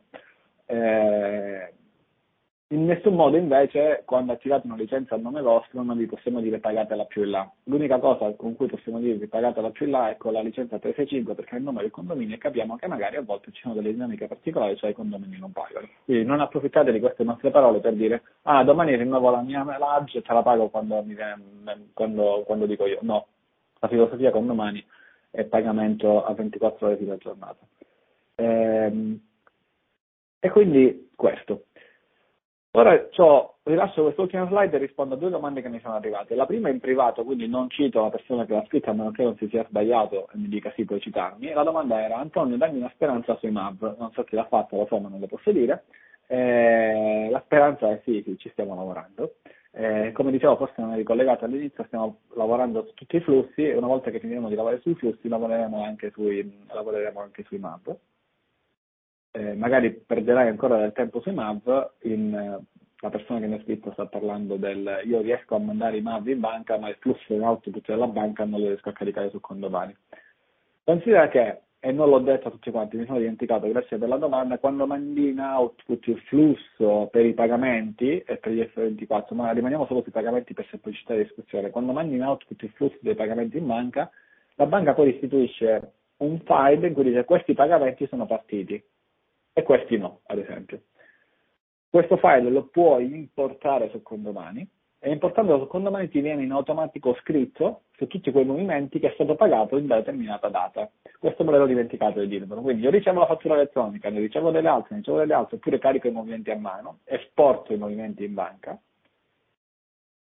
Eh, in nessun modo invece quando attivate una licenza a nome vostro non vi possiamo dire pagatela più in là. L'unica cosa con cui possiamo dirvi pagatela più in là è con la licenza trecentosessantacinque, perché è il nome del condominio e capiamo che magari a volte ci sono delle dinamiche particolari, cioè i condomini non pagano. Quindi non approfittate di queste nostre parole per dire: ah, domani rinnovo la mia legge e te la pago quando, mi viene, quando, quando dico io. No, la filosofia condomani è pagamento a ventiquattro ore di giornata. Ehm, e quindi questo. Ora ciò, rilascio quest'ultima slide e rispondo a due domande che mi sono arrivate. La prima è in privato, quindi non cito la persona che l'ha scritta, a meno che non si sia sbagliato e mi dica sì, puoi citarmi. E la domanda era: Antonio, dammi una speranza sui M A V. Non so chi l'ha fatta, lo so, ma non lo posso dire. Eh, la speranza è sì, sì, ci stiamo lavorando. Eh, come dicevo, forse non è ricollegato all'inizio, stiamo lavorando su tutti i flussi e una volta che finiremo di lavorare sui flussi lavoreremo anche sui, lavoreremo anche sui M A V. Eh, magari perderai ancora del tempo sui M A V, in, eh, la persona che mi ha scritto sta parlando del io riesco a mandare i M A V in banca ma il flusso in output della banca non lo riesco a caricare su Condomani. Considera che, e non l'ho detto a tutti quanti, mi sono dimenticato, grazie per la domanda, quando mandi in output il flusso per i pagamenti e per gli F ventiquattro, ma rimaniamo solo sui pagamenti per semplicità di discussione, quando mandi in output il flusso dei pagamenti in banca, la banca poi istituisce un file in cui dice: questi pagamenti sono partiti e questi no, ad esempio. Questo file lo puoi importare su Condomani e importando su Condomani ti viene in automatico scritto su tutti quei movimenti che è stato pagato in determinata data. Questo me l'ero dimenticato di dirvelo. Quindi io ricevo la fattura elettronica, ne ricevo delle altre, ne ricevo delle altre, oppure carico i movimenti a mano, esporto i movimenti in banca.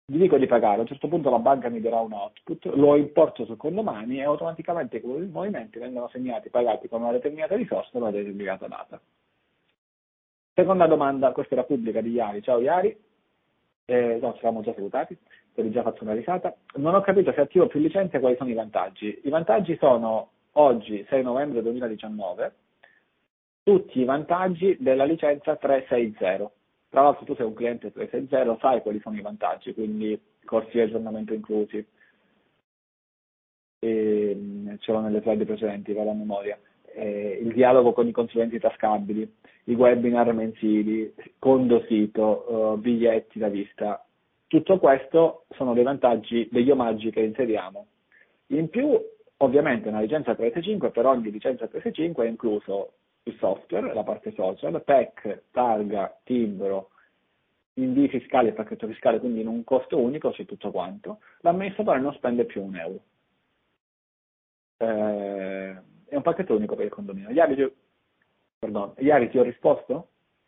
gli dico di pagare, a un certo punto la banca mi darà un output, lo importo sul condomani e automaticamente i movimenti vengono segnati, pagati con una determinata risorsa e una determinata data. Seconda domanda, questa era pubblica di Iari. Ciao Iari, eh, no, ci siamo già salutati, ti ho già fatto una risata. Non ho capito se attivo più licenze quali sono i vantaggi. I vantaggi sono oggi, sei novembre duemiladiciannove, tutti i vantaggi della licenza trecentosessanta. Tra l'altro tu sei un cliente trecentosessanta, sai quali sono i vantaggi, quindi corsi di aggiornamento inclusi, e, ce l'ho nelle slide precedenti, vado a memoria, e, il dialogo con i consulenti tascabili, i webinar mensili, conto sito, uh, biglietti da vista. Tutto questo sono dei vantaggi, degli omaggi che inseriamo. In più, ovviamente, una licenza trecentosessantacinque, per ogni licenza trecentosessantacinque è incluso il software, la parte social, P E C, targa, timbro, invii fiscali e pacchetto fiscale, quindi in un costo unico c'è tutto quanto. L'amministratore non spende più un euro. Eh, è un pacchetto unico per il condominio. Iari, perdón, Iari ti ho risposto?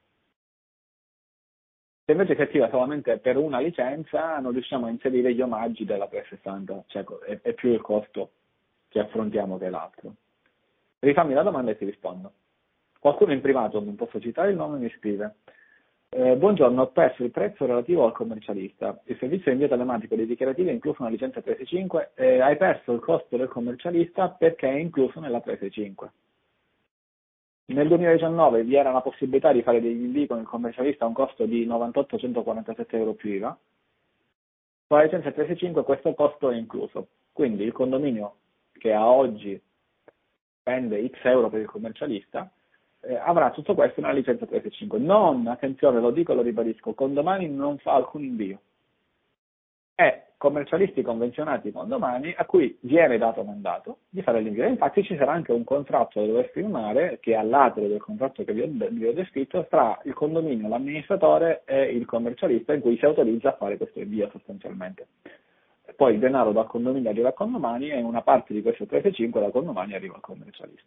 Se invece si attiva solamente per una licenza, non riusciamo a inserire gli omaggi della trecentosessanta, cioè è, è più il costo che affrontiamo che l'altro. Rifammi la domanda e ti rispondo. Qualcuno in privato, non posso citare il nome, mi scrive: eh, buongiorno, ho perso il prezzo relativo al commercialista. Il servizio di invio telematico dei dichiarativi è incluso nella licenza trecentosessantacinque e hai perso il costo del commercialista perché è incluso nella trecentosessantacinque. Nel duemiladiciannove vi era la possibilità di fare degli invii con il commercialista a un costo di novantottocentoquarantasette euro più I V A. Con la licenza trecentosessantacinque questo costo è incluso. Quindi il condominio che a oggi spende X euro per il commercialista eh, avrà tutto questo nella licenza trecentosessantacinque. Non, attenzione, lo dico e lo ribadisco, Condomani non fa alcun invio. È commercialisti convenzionati condomani a cui viene dato mandato di fare l'invio. Infatti ci sarà anche un contratto da dover firmare, che è all'atrio del contratto che vi ho, vi ho descritto, tra il condominio, l'amministratore e il commercialista, in cui si autorizza a fare questo invio sostanzialmente. Poi il denaro dal condominio arriva al condomani e una parte di questo trecentosessantacinque da condomani arriva al commercialista.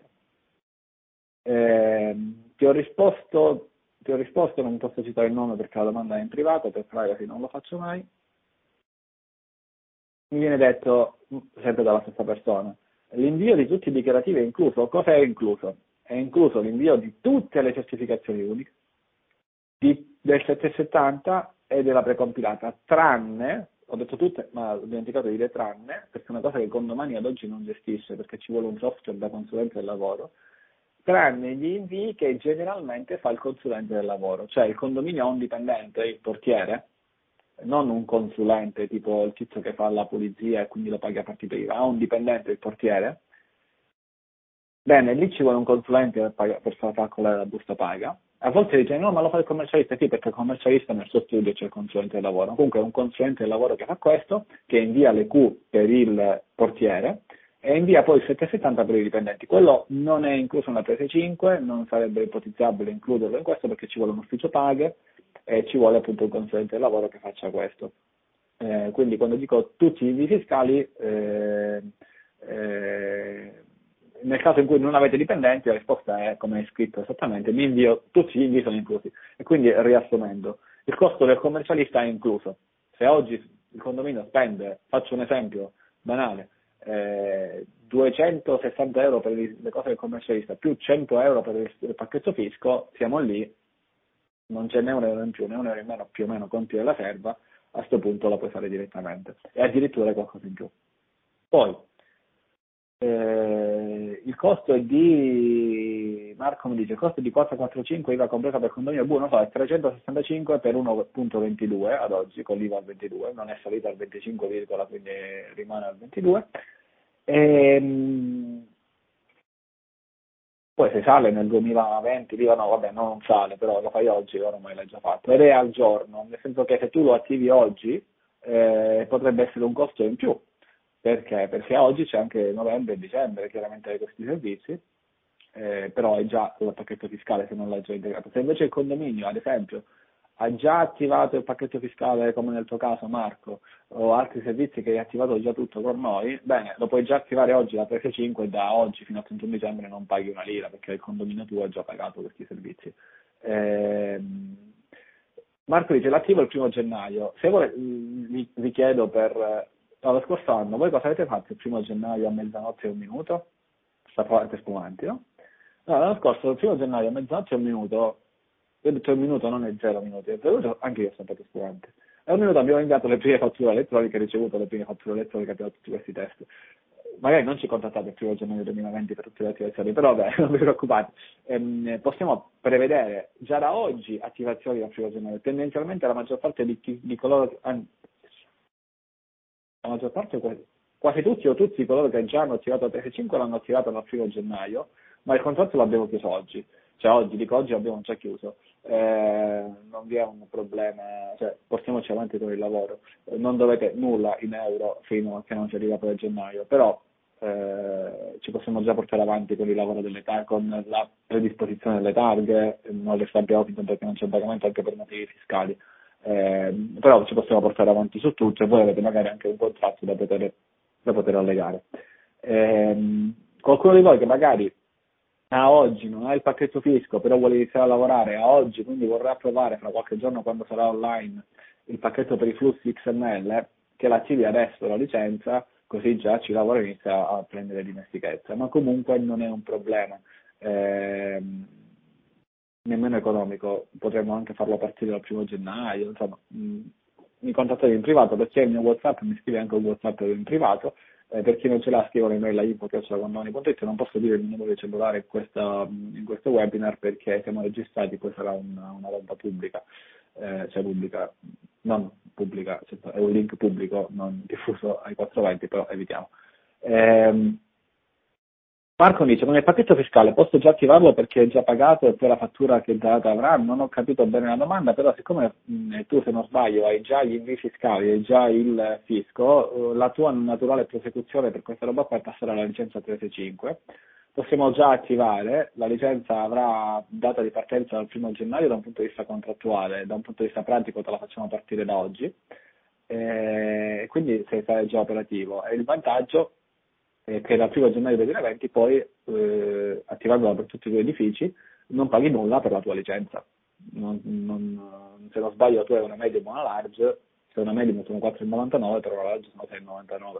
Eh, ti ho risposto, ti ho risposto, non posso citare il nome perché la domanda è in privato, per privacy non lo faccio mai. Mi viene detto, sempre dalla stessa persona, l'invio di tutti i dichiarativi è incluso. Cosa è incluso? È incluso l'invio di tutte le certificazioni uniche, di, del settecentosettanta e della precompilata, tranne, ho detto tutte, ma ho dimenticato di dire tranne, perché è una cosa che Condomani ad oggi non gestisce, perché ci vuole un software da consulente del lavoro, tranne gli invii che generalmente fa il consulente del lavoro, cioè il condominio ha un dipendente, il portiere, non un consulente tipo il tizio che fa la pulizia e quindi lo paga a partita I V A, ha un dipendente, il portiere. Bene, lì ci vuole un consulente per, pag- per far calcolare la busta paga. A volte dice no, ma lo fa il commercialista, sì, perché il commercialista nel suo studio c'è il consulente del lavoro. Comunque è un consulente del lavoro che fa questo, che invia le Q per il portiere e invia poi il settecentosettanta per i dipendenti. Quello non è incluso nella trecentosessantacinque, non sarebbe ipotizzabile includerlo in questo perché ci vuole un ufficio paghe e ci vuole appunto un consulente del lavoro che faccia questo. Eh, quindi quando dico tutti gli invii fiscali, eh, eh, nel caso in cui non avete dipendenti, la risposta è, come è scritto esattamente, mi invio, tutti gli invii sono inclusi. E quindi, riassumendo, il costo del commercialista è incluso. Se oggi il condominio spende, faccio un esempio banale, eh, duecentosessanta euro per le cose del commercialista più cento euro per il, il pacchetto fisco, siamo lì, non c'è né un euro in più né un euro in meno, più o meno conti della serva, a questo punto la puoi fare direttamente e addirittura qualcosa in più. Poi eh, il costo è di, Marco mi dice, il costo è di quattrocentoquarantacinque I V A compresa per condominio, buono, so, è trecentosessantacinque per uno virgola ventidue ad oggi, con l'I V A al ventidue, non è salita al venticinque, quindi rimane al ventidue. E, poi se sale nel duemilaventi, l'I V A no, vabbè, non sale, però lo fai oggi, ormai l'hai già fatto, ed è al giorno, nel senso che se tu lo attivi oggi eh, potrebbe essere un costo in più. Perché? Perché oggi c'è anche novembre e dicembre, chiaramente questi servizi, eh, però è già il pacchetto fiscale se non l'hai già integrato. Se invece il condominio, ad esempio, ha già attivato il pacchetto fiscale, come nel tuo caso Marco, o altri servizi che hai attivato già tutto con noi, bene, lo puoi già attivare oggi la trecentosessantacinque e da oggi fino al trentuno dicembre non paghi una lira, perché il condominio tuo ha già pagato questi servizi. Eh, Marco dice l'attivo il primo gennaio, se vuole, vi, vi chiedo per eh, l'anno scorso anno, voi cosa avete fatto il primo gennaio a mezzanotte e un minuto? Sapete spumanti, no? No, l'anno scorso il primo gennaio a mezzanotte e un minuto, io ho detto un minuto, non è zero minuti, è zero, anche io sono stato spumante. E un minuto abbiamo inviato le prime fatture elettroniche, ricevuto le prime fatture elettroniche, abbiamo tutti questi test. Magari non ci contattate il primo gennaio duemilaventi per tutte le attivazioni, però vabbè, non vi preoccupate. Ehm, possiamo prevedere già da oggi attivazioni dal primo gennaio. Tendenzialmente la maggior parte di, chi, di coloro che, ah, la maggior parte, quasi, quasi tutti o tutti coloro che già hanno attivato la T F cinque l'hanno attivato dal primo gennaio, ma il contratto l'abbiamo chiuso oggi. Cioè oggi, dico oggi l'abbiamo già chiuso. Eh, non vi è un problema, cioè portiamoci avanti con il lavoro. Eh, non dovete nulla in euro fino a che non si arriva poi a gennaio, però eh, ci possiamo già portare avanti con il lavoro delle targhe, con la predisposizione delle targhe, non le sappiamo perché non c'è pagamento anche per motivi fiscali. Eh, però ci possiamo portare avanti su tutto e voi avete magari anche un contratto da poter, da poter allegare. Eh, qualcuno di voi che magari a oggi non ha il pacchetto fisco, però vuole iniziare a lavorare a oggi, quindi vorrà provare fra qualche giorno quando sarà online il pacchetto per i flussi X M L, che l'attivi adesso la licenza, così già ci lavora e inizia a prendere dimestichezza, ma comunque non è un problema. Eh, nemmeno economico, potremmo anche farlo a partire dal primo gennaio, insomma, mh, mi contattate in privato, per chi ha il mio WhatsApp mi scrive anche un WhatsApp in privato, eh, per chi non ce l'ha scrivo un'email a info chiocciola condomani punto it. Non posso dire il mio numero di cellulare in, questa, in questo webinar perché siamo registrati, poi sarà una, una roba pubblica, eh, cioè pubblica, non pubblica, cioè, è un link pubblico, non diffuso ai quattrocentoventi, però evitiamo. Ehm, Marco dice, con il pacchetto fiscale posso già attivarlo perché è già pagato e poi la fattura che data avrà? Non ho capito bene la domanda, però siccome mh, tu, se non sbaglio, hai già gli invii fiscali, hai già il fisco, eh, la tua naturale prosecuzione per questa roba qua è passare alla licenza trentacinque. Possiamo già attivare, la licenza avrà data di partenza dal primo gennaio da un punto di vista contrattuale, da un punto di vista pratico te la facciamo partire da oggi, e quindi sei già operativo. E il vantaggio eh, che dal primo gennaio duemilaventi poi, eh, attivandola per tutti i tuoi edifici, non paghi nulla per la tua licenza. Non, non, se non sbaglio tu hai una medium o una large, se una medium sono quattro virgola novantanove, per una large sono sei virgola novantanove.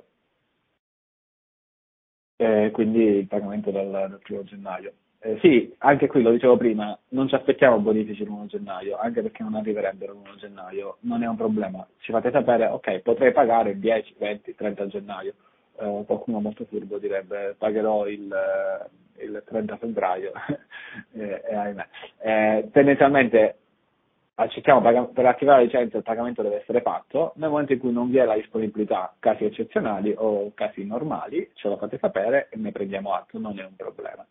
Eh, quindi il pagamento dal, dal primo gennaio. Eh, sì, anche qui lo dicevo prima, non ci aspettiamo bonifici l'primo gennaio, anche perché non arriverebbero l'primo gennaio, non è un problema. Ci fate sapere, ok, potrei pagare il dieci, venti, trenta gennaio. Eh, qualcuno molto furbo direbbe pagherò il, eh, il trenta febbraio e, e ahimè. Eh, tendenzialmente accettiamo pag- per attivare la licenza il pagamento deve essere fatto, nel momento in cui non vi è la disponibilità, casi eccezionali o casi normali, ce lo fate sapere e ne prendiamo atto, non è un problema.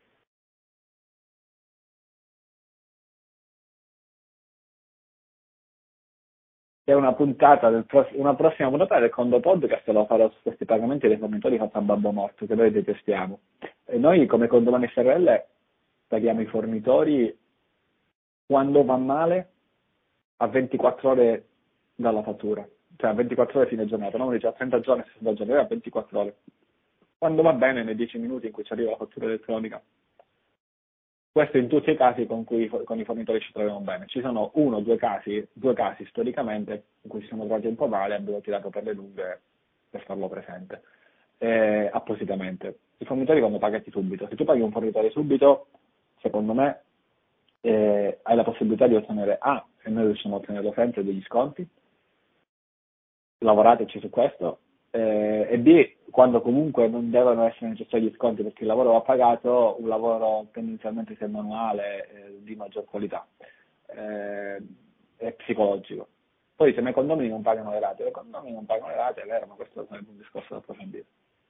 C'è una puntata del pross- una prossima puntata del Condo Podcast, lo farò su questi pagamenti dei fornitori fatti a babbo morto, che noi detestiamo. E noi come Condomani S R L paghiamo i fornitori quando va male a ventiquattro ore dalla fattura, cioè a ventiquattro ore fine giornata, non dice a trenta giorni, sessanta giorni, a ventiquattro ore. Quando va bene nei dieci minuti in cui ci arriva la fattura elettronica. Questo in tutti i casi con cui con i fornitori ci troviamo bene. Ci sono uno o due casi, due casi storicamente in cui ci siamo trovati un po' male e abbiamo tirato per le lunghe per farlo presente, eh, appositamente. I fornitori vanno pagati subito. Se tu paghi un fornitore subito, secondo me eh, hai la possibilità di ottenere A, e noi riusciamo a ottenerlo sempre, degli sconti, lavorateci su questo, eh, e B, quando comunque non devono essere necessari gli sconti perché il lavoro va pagato, un lavoro tendenzialmente se manuale, eh, di maggior qualità, eh, è psicologico. Poi se i condomini non pagano le rate, i condomini non pagano le rate, è vero, ma questo sarebbe un discorso da approfondire.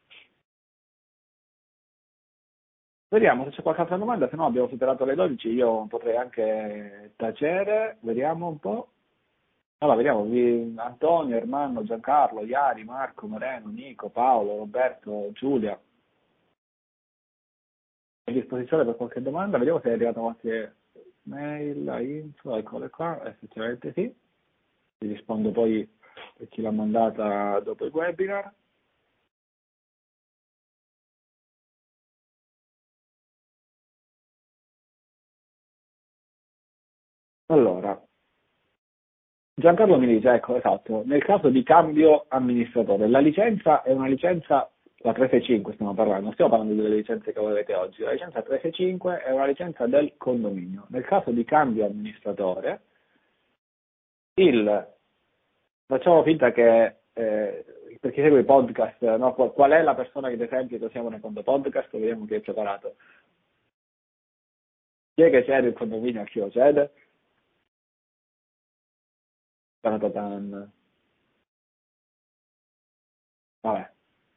Vediamo se c'è qualche altra domanda, se no abbiamo superato le dodici, io potrei anche tacere, vediamo un po'. Allora, vediamo, vi- Antonio, Ermanno, Giancarlo, Iari, Marco, Moreno, Nico, Paolo, Roberto, Giulia, a disposizione per qualche domanda, vediamo se è arrivata qualche mail, info, eccole qua, effettivamente sì, vi rispondo poi per chi l'ha mandata dopo il webinar. Allora, Giancarlo mi dice, ecco, esatto, nel caso di cambio amministratore, la licenza è una licenza, la trecentosessantacinque stiamo parlando, non stiamo parlando delle licenze che voi avete oggi, la licenza trecentosessantacinque è una licenza del condominio. Nel caso di cambio amministratore, il, facciamo finta che, eh, per chi segue i podcast, no, qual, qual è la persona che ad esempio che usiamo nel conto podcast, vediamo chi è preparato. Chi è che cede il condominio a chi lo cede? Tanatatan. Vabbè.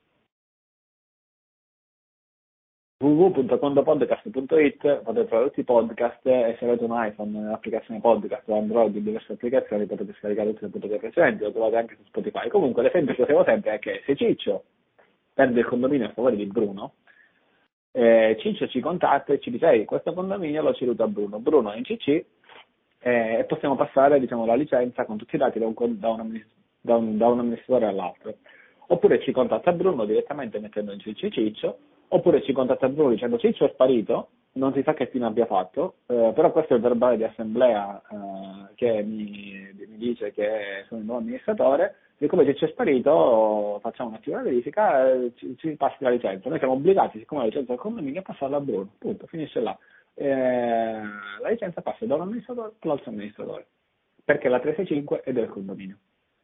w w w punto condopodcast punto it potete trovare tutti i podcast e se avete un iPhone, l'applicazione podcast o Android, diverse applicazioni potete scaricare tutte le puntate precedenti, lo trovate anche su Spotify. Comunque l'esempio che usiamo sempre è che se Ciccio perde il condominio a favore di Bruno, eh, Ciccio ci contatta e ci dice ehi, questo condominio l'ho ceduto a Bruno, Bruno è in C C eh, e possiamo passare diciamo, la licenza con tutti i dati da un, da un, da un, da un amministratore all'altro. Oppure ci contatta Bruno direttamente mettendo in C C Ciccio, oppure ci contatta Bruno dicendo Ciccio è sparito, non si sa che fine abbia fatto, eh, però questo è il verbale di assemblea eh, che mi, mi dice che sono il nuovo amministratore, siccome Ciccio è sparito facciamo un attimo la verifica e eh, ci, ci passi la licenza. Noi siamo obbligati, siccome la licenza è del condominio, a passarla a Bruno, punto, finisce là. Eh, la licenza passa da un amministratore all'altro amministratore, perché la trecentosessantacinque è del condominio.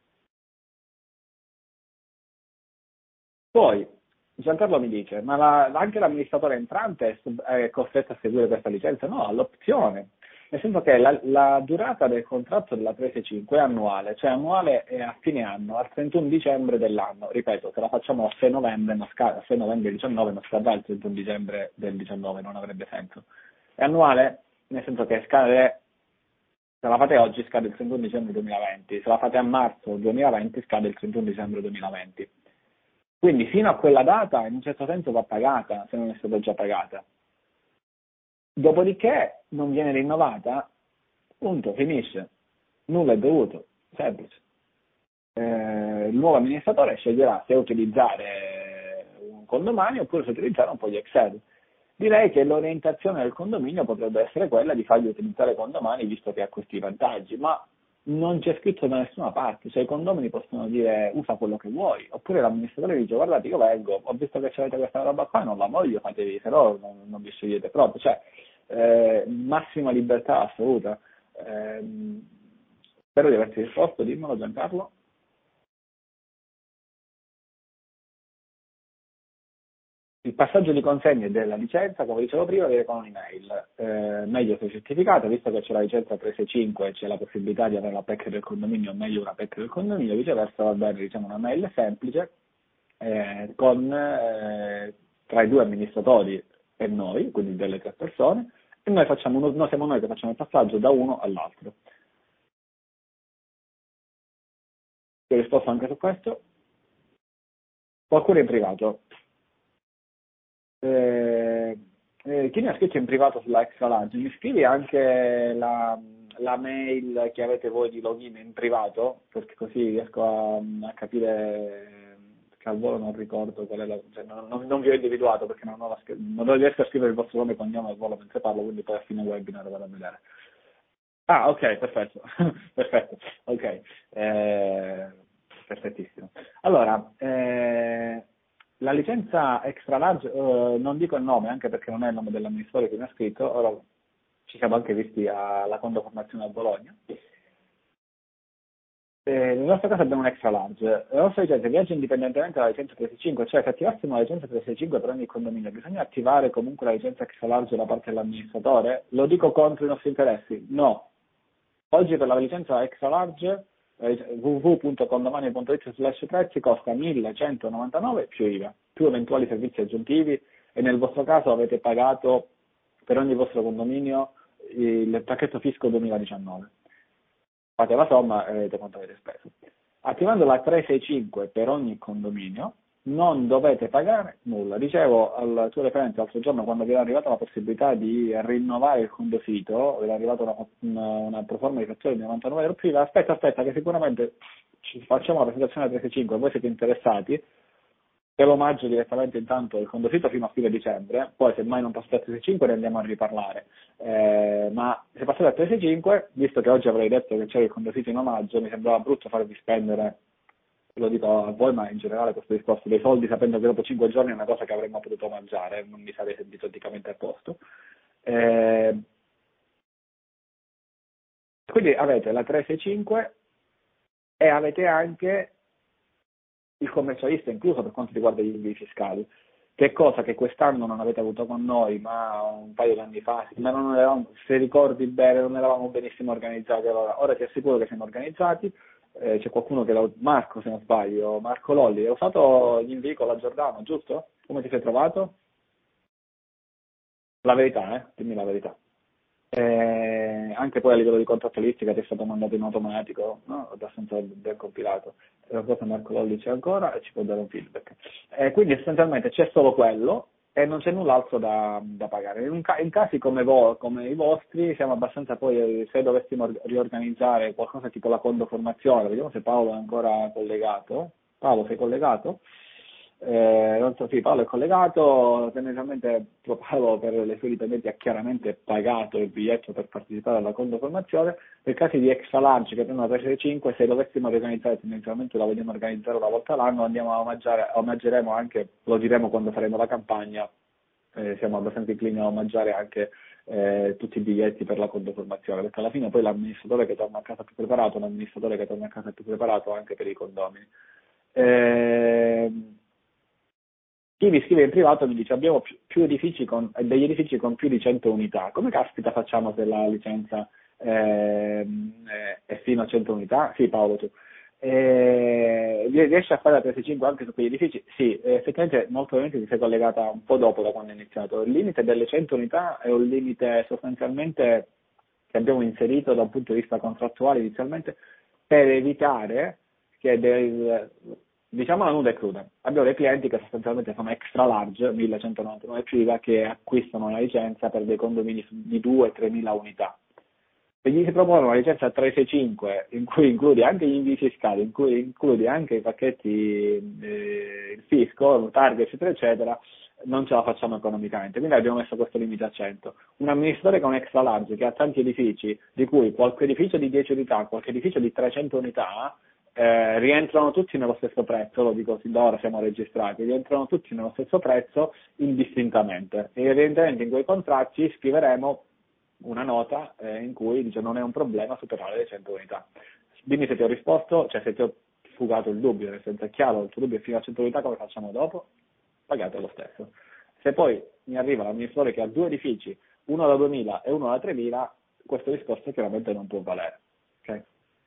Poi Giancarlo mi dice, ma la, anche l'amministratore entrante è, sub, è costretto a seguire questa licenza? No, ha l'opzione. Nel senso che la, la durata del contratto della trecentosessantacinque è annuale, cioè annuale è a fine anno, al trentuno dicembre dell'anno. Ripeto, se la facciamo a sei novembre, non scade, a sei novembre diciannove non scadrà il trentuno dicembre del diciannove, non avrebbe senso. È annuale, nel senso che scade, se la fate oggi scade il trentuno dicembre duemilaventi, se la fate a marzo duemilaventi scade il trentuno dicembre duemilaventi. Quindi fino a quella data in un certo senso va pagata, se non è stata già pagata. Dopodiché non viene rinnovata, punto, finisce. Nulla è dovuto, semplice. Eh, il nuovo amministratore sceglierà se utilizzare un condominio oppure se utilizzare un po' di Excel. Direi che l'orientazione del condominio potrebbe essere quella di fargli utilizzare condomini visto che ha questi vantaggi, ma non c'è scritto da nessuna parte, cioè i condomini possono dire usa quello che vuoi, oppure l'amministratore dice guardate io vengo, ho visto che avete questa roba qua, non la voglio, fatevi, se no non, non vi scegliete proprio, cioè eh, massima libertà assoluta. Eh, spero di averti risposto, dimmelo Giancarlo. Il passaggio di consegne della licenza, come dicevo prima, viene con un'email, eh, meglio se certificata, visto che c'è la licenza trecentosessantacinque e c'è la possibilità di avere la P E C del condominio, meglio una P E C del condominio, viceversa va bene diciamo, una mail semplice eh, con eh, tra i due amministratori e noi, quindi delle tre persone, e noi, facciamo uno, noi siamo noi che facciamo il passaggio da uno all'altro. Ti ho risposto anche su questo? Qualcuno in privato? Eh, eh, chi mi ha scritto in privato sulla extra large, mi scrivi anche la, la mail che avete voi di login in privato, perché così riesco a, a capire, perché al volo non ricordo qual è la, cioè non, non, non vi ho individuato perché non, ho la, non riesco a scrivere il vostro nome e cognome al volo mentre parlo, quindi poi a fine webinar vado a vedere. Ah, ok, perfetto, perfetto, ok, eh, perfettissimo. Allora, eh, la licenza extra large, eh, non dico il nome, anche perché non è il nome dell'amministratore che mi ha scritto, ora ci siamo anche visti alla Conto Formazione a Bologna. Eh, nel nostro caso abbiamo un extra large. La nostra licenza viaggia indipendentemente dalla licenza trecentosessantacinque, cioè se attivassimo la licenza trecentosessantacinque per ogni condominio, bisogna attivare comunque la licenza extra large da parte dell'amministratore? Lo dico contro i nostri interessi? No. Oggi per la licenza extra large eh, w w w punto condomani punto it slash prezzi costa millecentonovantanove più I V A, più eventuali servizi aggiuntivi e nel vostro caso avete pagato per ogni vostro condominio il pacchetto fisco duemiladiciannove. Fate la somma e vedete quanto avete speso. Attivando la trecentosessantacinque per ogni condominio non dovete pagare nulla. Dicevo al tuo referente l'altro giorno quando vi era arrivata la possibilità di rinnovare il conto sito, vi era arrivata una, una, una proforma di fattura di novantanove euro più I V A, aspetta, aspetta, che sicuramente ci facciamo la presentazione alla trecentosessantacinque, voi siete interessati, te lo maggio direttamente intanto il condosito fino a fine dicembre, poi se mai non passate a tre sei cinque ne andiamo a riparlare. Eh, ma se passate a tre sei cinque, visto che oggi avrei detto che c'era il condosito in omaggio, mi sembrava brutto farvi spendere, lo dico a voi, ma in generale questo discorso dei soldi, sapendo che dopo cinque giorni è una cosa che avremmo potuto mangiare, non mi sarei sentito eticamente a posto. Eh, quindi avete la tre sei cinque e avete anche il commercialista incluso per quanto riguarda gli invii fiscali, che è cosa che quest'anno non avete avuto con noi, ma un paio di anni fa, ma non eravamo, se ricordi bene, non eravamo benissimo organizzati. Allora, ora ti assicuro che siamo organizzati, eh, c'è qualcuno che lo, Marco se non sbaglio, Marco Lolli, hai usato gli invii con la Giordano, giusto? Come ti sei trovato? La verità, eh? Dimmi la verità. Eh, anche poi a livello di contrattualistica ti è stato mandato in automatico, no? Abbastanza ben compilato. Se la cosa Marco Lolli c'è ancora e ci può dare un feedback. Eh, quindi essenzialmente c'è solo quello e non c'è null'altro da, da pagare. In, ca- in casi come, vo- come i vostri siamo abbastanza poi, se dovessimo riorganizzare qualcosa tipo la condoformazione, vediamo se Paolo è ancora collegato. Paolo, sei collegato? Eh, non so, sì, Paolo è collegato, tendenzialmente Paolo per le sue dipendenti ha chiaramente pagato il biglietto per partecipare alla condoformazione. Per casi di extra lunch che prendono tre sei cinque, se dovessimo organizzare, tendenzialmente la vogliamo organizzare una volta l'anno, andiamo a omaggiare, omaggeremo anche, lo diremo quando faremo la campagna, eh, siamo abbastanza inclini a omaggiare anche eh, tutti i biglietti per la condoformazione, perché alla fine poi l'amministratore che torna a casa più preparato è un amministratore che torna a casa più preparato anche per i condomini. Eh, Chi mi scrive in privato mi dice abbiamo più, più edifici con, degli edifici con più di cento unità, come caspita facciamo se la licenza ehm, è fino a cento unità? Sì, Paolo, tu. Eh, riesci a fare la tre sei cinque anche su quegli edifici? Sì, eh, effettivamente molto probabilmente ti sei collegata un po' dopo da quando è iniziato. Il limite delle cento unità è un limite sostanzialmente che abbiamo inserito da un punto di vista contrattuale inizialmente per evitare che del, diciamo la nuda e cruda. Abbiamo dei clienti che sostanzialmente sono extra large, millecentonovantanove giga, che acquistano la licenza per dei condomini di due tre mila unità. Se gli si propone una licenza tre sei cinque in cui includi anche gli invii fiscali, in cui includi anche i pacchetti, eh, il fisco, targhe, eccetera, eccetera, non ce la facciamo economicamente. Quindi abbiamo messo questo limite a cento. Un amministratore che è un extra large, che ha tanti edifici, di cui qualche edificio di dieci unità, qualche edificio di trecento unità, eh, rientrano tutti nello stesso prezzo, lo dico sin da ora, siamo registrati, rientrano tutti nello stesso prezzo indistintamente. E evidentemente in quei contratti scriveremo una nota eh, in cui dice non è un problema superare le cento unità. Dimmi se ti ho risposto, cioè se ti ho fugato il dubbio, nel senso è chiaro, il tuo dubbio è fino a cento unità, come facciamo dopo? Pagate lo stesso. Se poi mi arriva l'amministratore che ha due edifici, uno da duemila e uno da tremila, questo discorso chiaramente non può valere. Okay?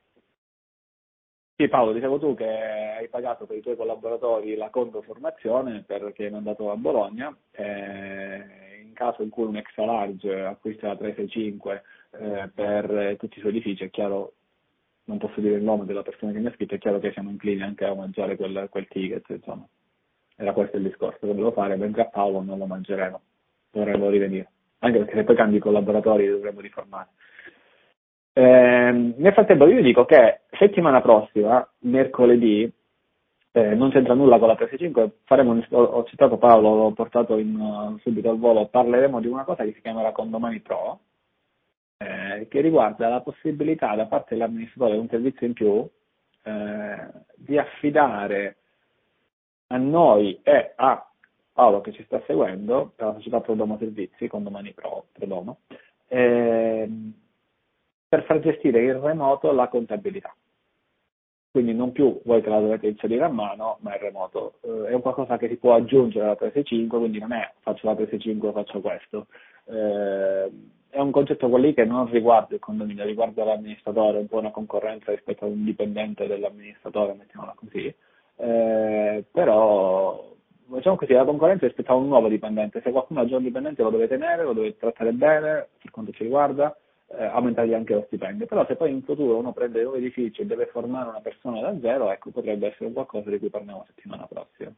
Sì, Paolo, dicevo tu che hai pagato per i tuoi collaboratori la condoformazione perché è andato a Bologna, eh, in caso in cui un extra large acquista la tre sei cinque eh, per tutti i suoi edifici, è chiaro, non posso dire il nome della persona che mi ha scritto, è chiaro che siamo inclini anche a mangiare quel, quel ticket, insomma. Era questo il discorso che volevo fare, mentre a Paolo non lo mangeremo, dovremmo rivenire, anche perché se poi cambi i collaboratori dovremmo riformare. Eh, nel frattempo io dico che settimana prossima, mercoledì, eh, non c'entra nulla con la P S cinque, faremo un, ho, ho citato Paolo, l'ho portato in, uh, subito al volo, parleremo di una cosa che si chiamerà Condomani Pro, eh, che riguarda la possibilità da parte dell'amministratore di un servizio in più eh, di affidare a noi e a Paolo che ci sta seguendo, per la società Prodomo Servizi, Condomani Pro, Prodomo, ehm, per far gestire in remoto la contabilità. Quindi non più voi che la dovete inserire a mano, ma in remoto. Eh, è un qualcosa che si può aggiungere alla tre sei cinque, quindi non è faccio la tre sei cinque, faccio questo. Eh, è un concetto quello lì che non riguarda il condominio, riguarda l'amministratore, un po' una concorrenza rispetto ad un dipendente dell'amministratore, mettiamola così. Eh, però diciamo così, la concorrenza rispetto a un nuovo dipendente. Se qualcuno ha già un dipendente lo deve tenere, lo deve trattare bene, per quanto ci riguarda, eh, aumentargli anche lo stipendio. Però se poi in futuro uno prende due edifici e deve formare una persona da zero, ecco, potrebbe essere qualcosa di cui parliamo la settimana prossima.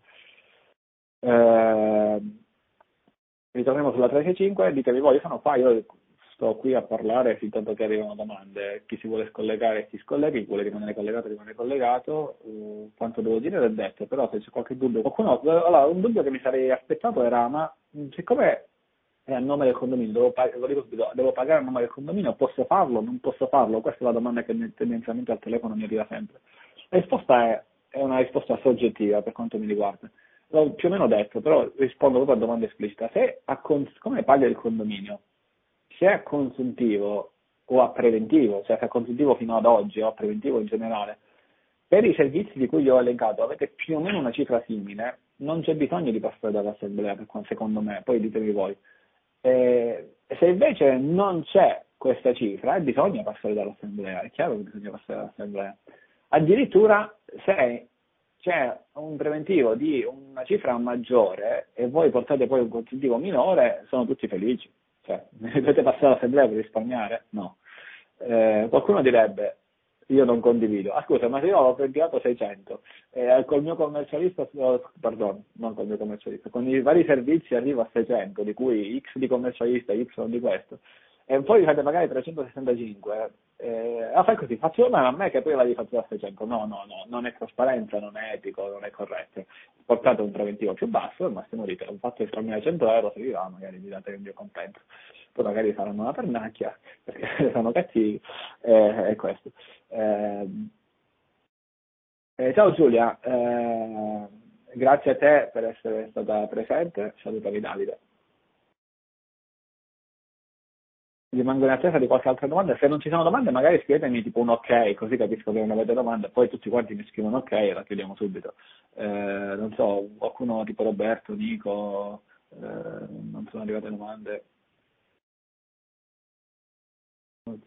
Eh, ritorniamo sulla tre sei cinque, ditemi voi, io sono qua, io sto qui a parlare fin tanto che arrivano domande. Chi si vuole scollegare si scollega, chi vuole rimanere collegato rimane collegato. Uh, quanto devo dire l'ho detto, però se c'è qualche dubbio, qualcuno, allora un dubbio che mi sarei aspettato era, ma siccome è a nome del condominio, devo, pag- lo dico subito, devo pagare a nome del condominio, posso farlo, non posso farlo? Questa è la domanda che mi- tendenzialmente al telefono mi arriva sempre. La risposta è, è una risposta soggettiva per quanto mi riguarda. L'ho più o meno detto, però rispondo proprio a domanda esplicita. Se a cons- come paga il condominio? Se è a consuntivo o a preventivo, cioè se è a consuntivo fino ad oggi o a preventivo in generale, per i servizi di cui vi ho elencato avete più o meno una cifra simile, non c'è bisogno di passare dall'assemblea, per quan- secondo me, poi ditemi voi. Eh, se invece non c'è questa cifra, eh, bisogna passare dall'assemblea, è chiaro che bisogna passare dall'assemblea. Addirittura se c'è un preventivo di una cifra maggiore e voi portate poi un consuntivo minore, sono tutti felici. Cioè, dovete passare all'assemblea per risparmiare? No. Eh, qualcuno direbbe, io non condivido, ah scusa, ma se io ho preventivato seicento, eh, col mio commercialista, oh, perdono, non col mio commercialista, con i vari servizi arrivo a seicento, di cui X di commercialista, Y di questo, e poi mi fate pagare trecentosessantacinque, eh, ah, fai così, faccio ma a me che poi la devi fare a seicento, no, no, no, non è trasparenza, non è etico, non è corretto, portate un preventivo più basso, al massimo dite, ho fatto risparmiare cento euro, se vi va, magari vi date il mio compenso, poi magari faranno una pernacchia, perché sono cattivi, eh, è questo. Eh, eh, ciao Giulia, eh, grazie a te per essere stata presente, salutami Davide. Rimango in attesa di qualche altra domanda, se non ci sono domande magari scrivetemi tipo un ok, così capisco che non avete domande, poi tutti quanti mi scrivono ok e la chiudiamo subito. Eh, non so, qualcuno tipo Roberto, Nico, eh, non sono arrivate domande. Ok.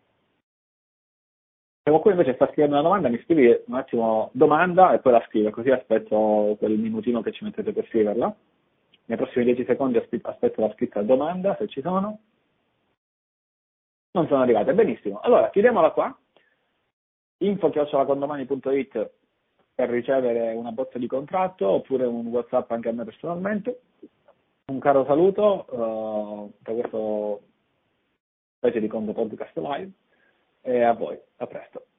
Se qualcuno invece sta scrivendo una domanda mi scrivi un attimo domanda e poi la scrivo, così aspetto quel minutino che ci mettete per scriverla. Nei prossimi dieci secondi aspetto la scritta domanda, se ci sono. Non sono arrivate, benissimo. Allora, chiudiamola qua. info chiocciola condomani punto it per ricevere una bozza di contratto oppure un WhatsApp anche a me personalmente. Un caro saluto uh, per questo specie di Condo Podcast Live e a voi, a presto.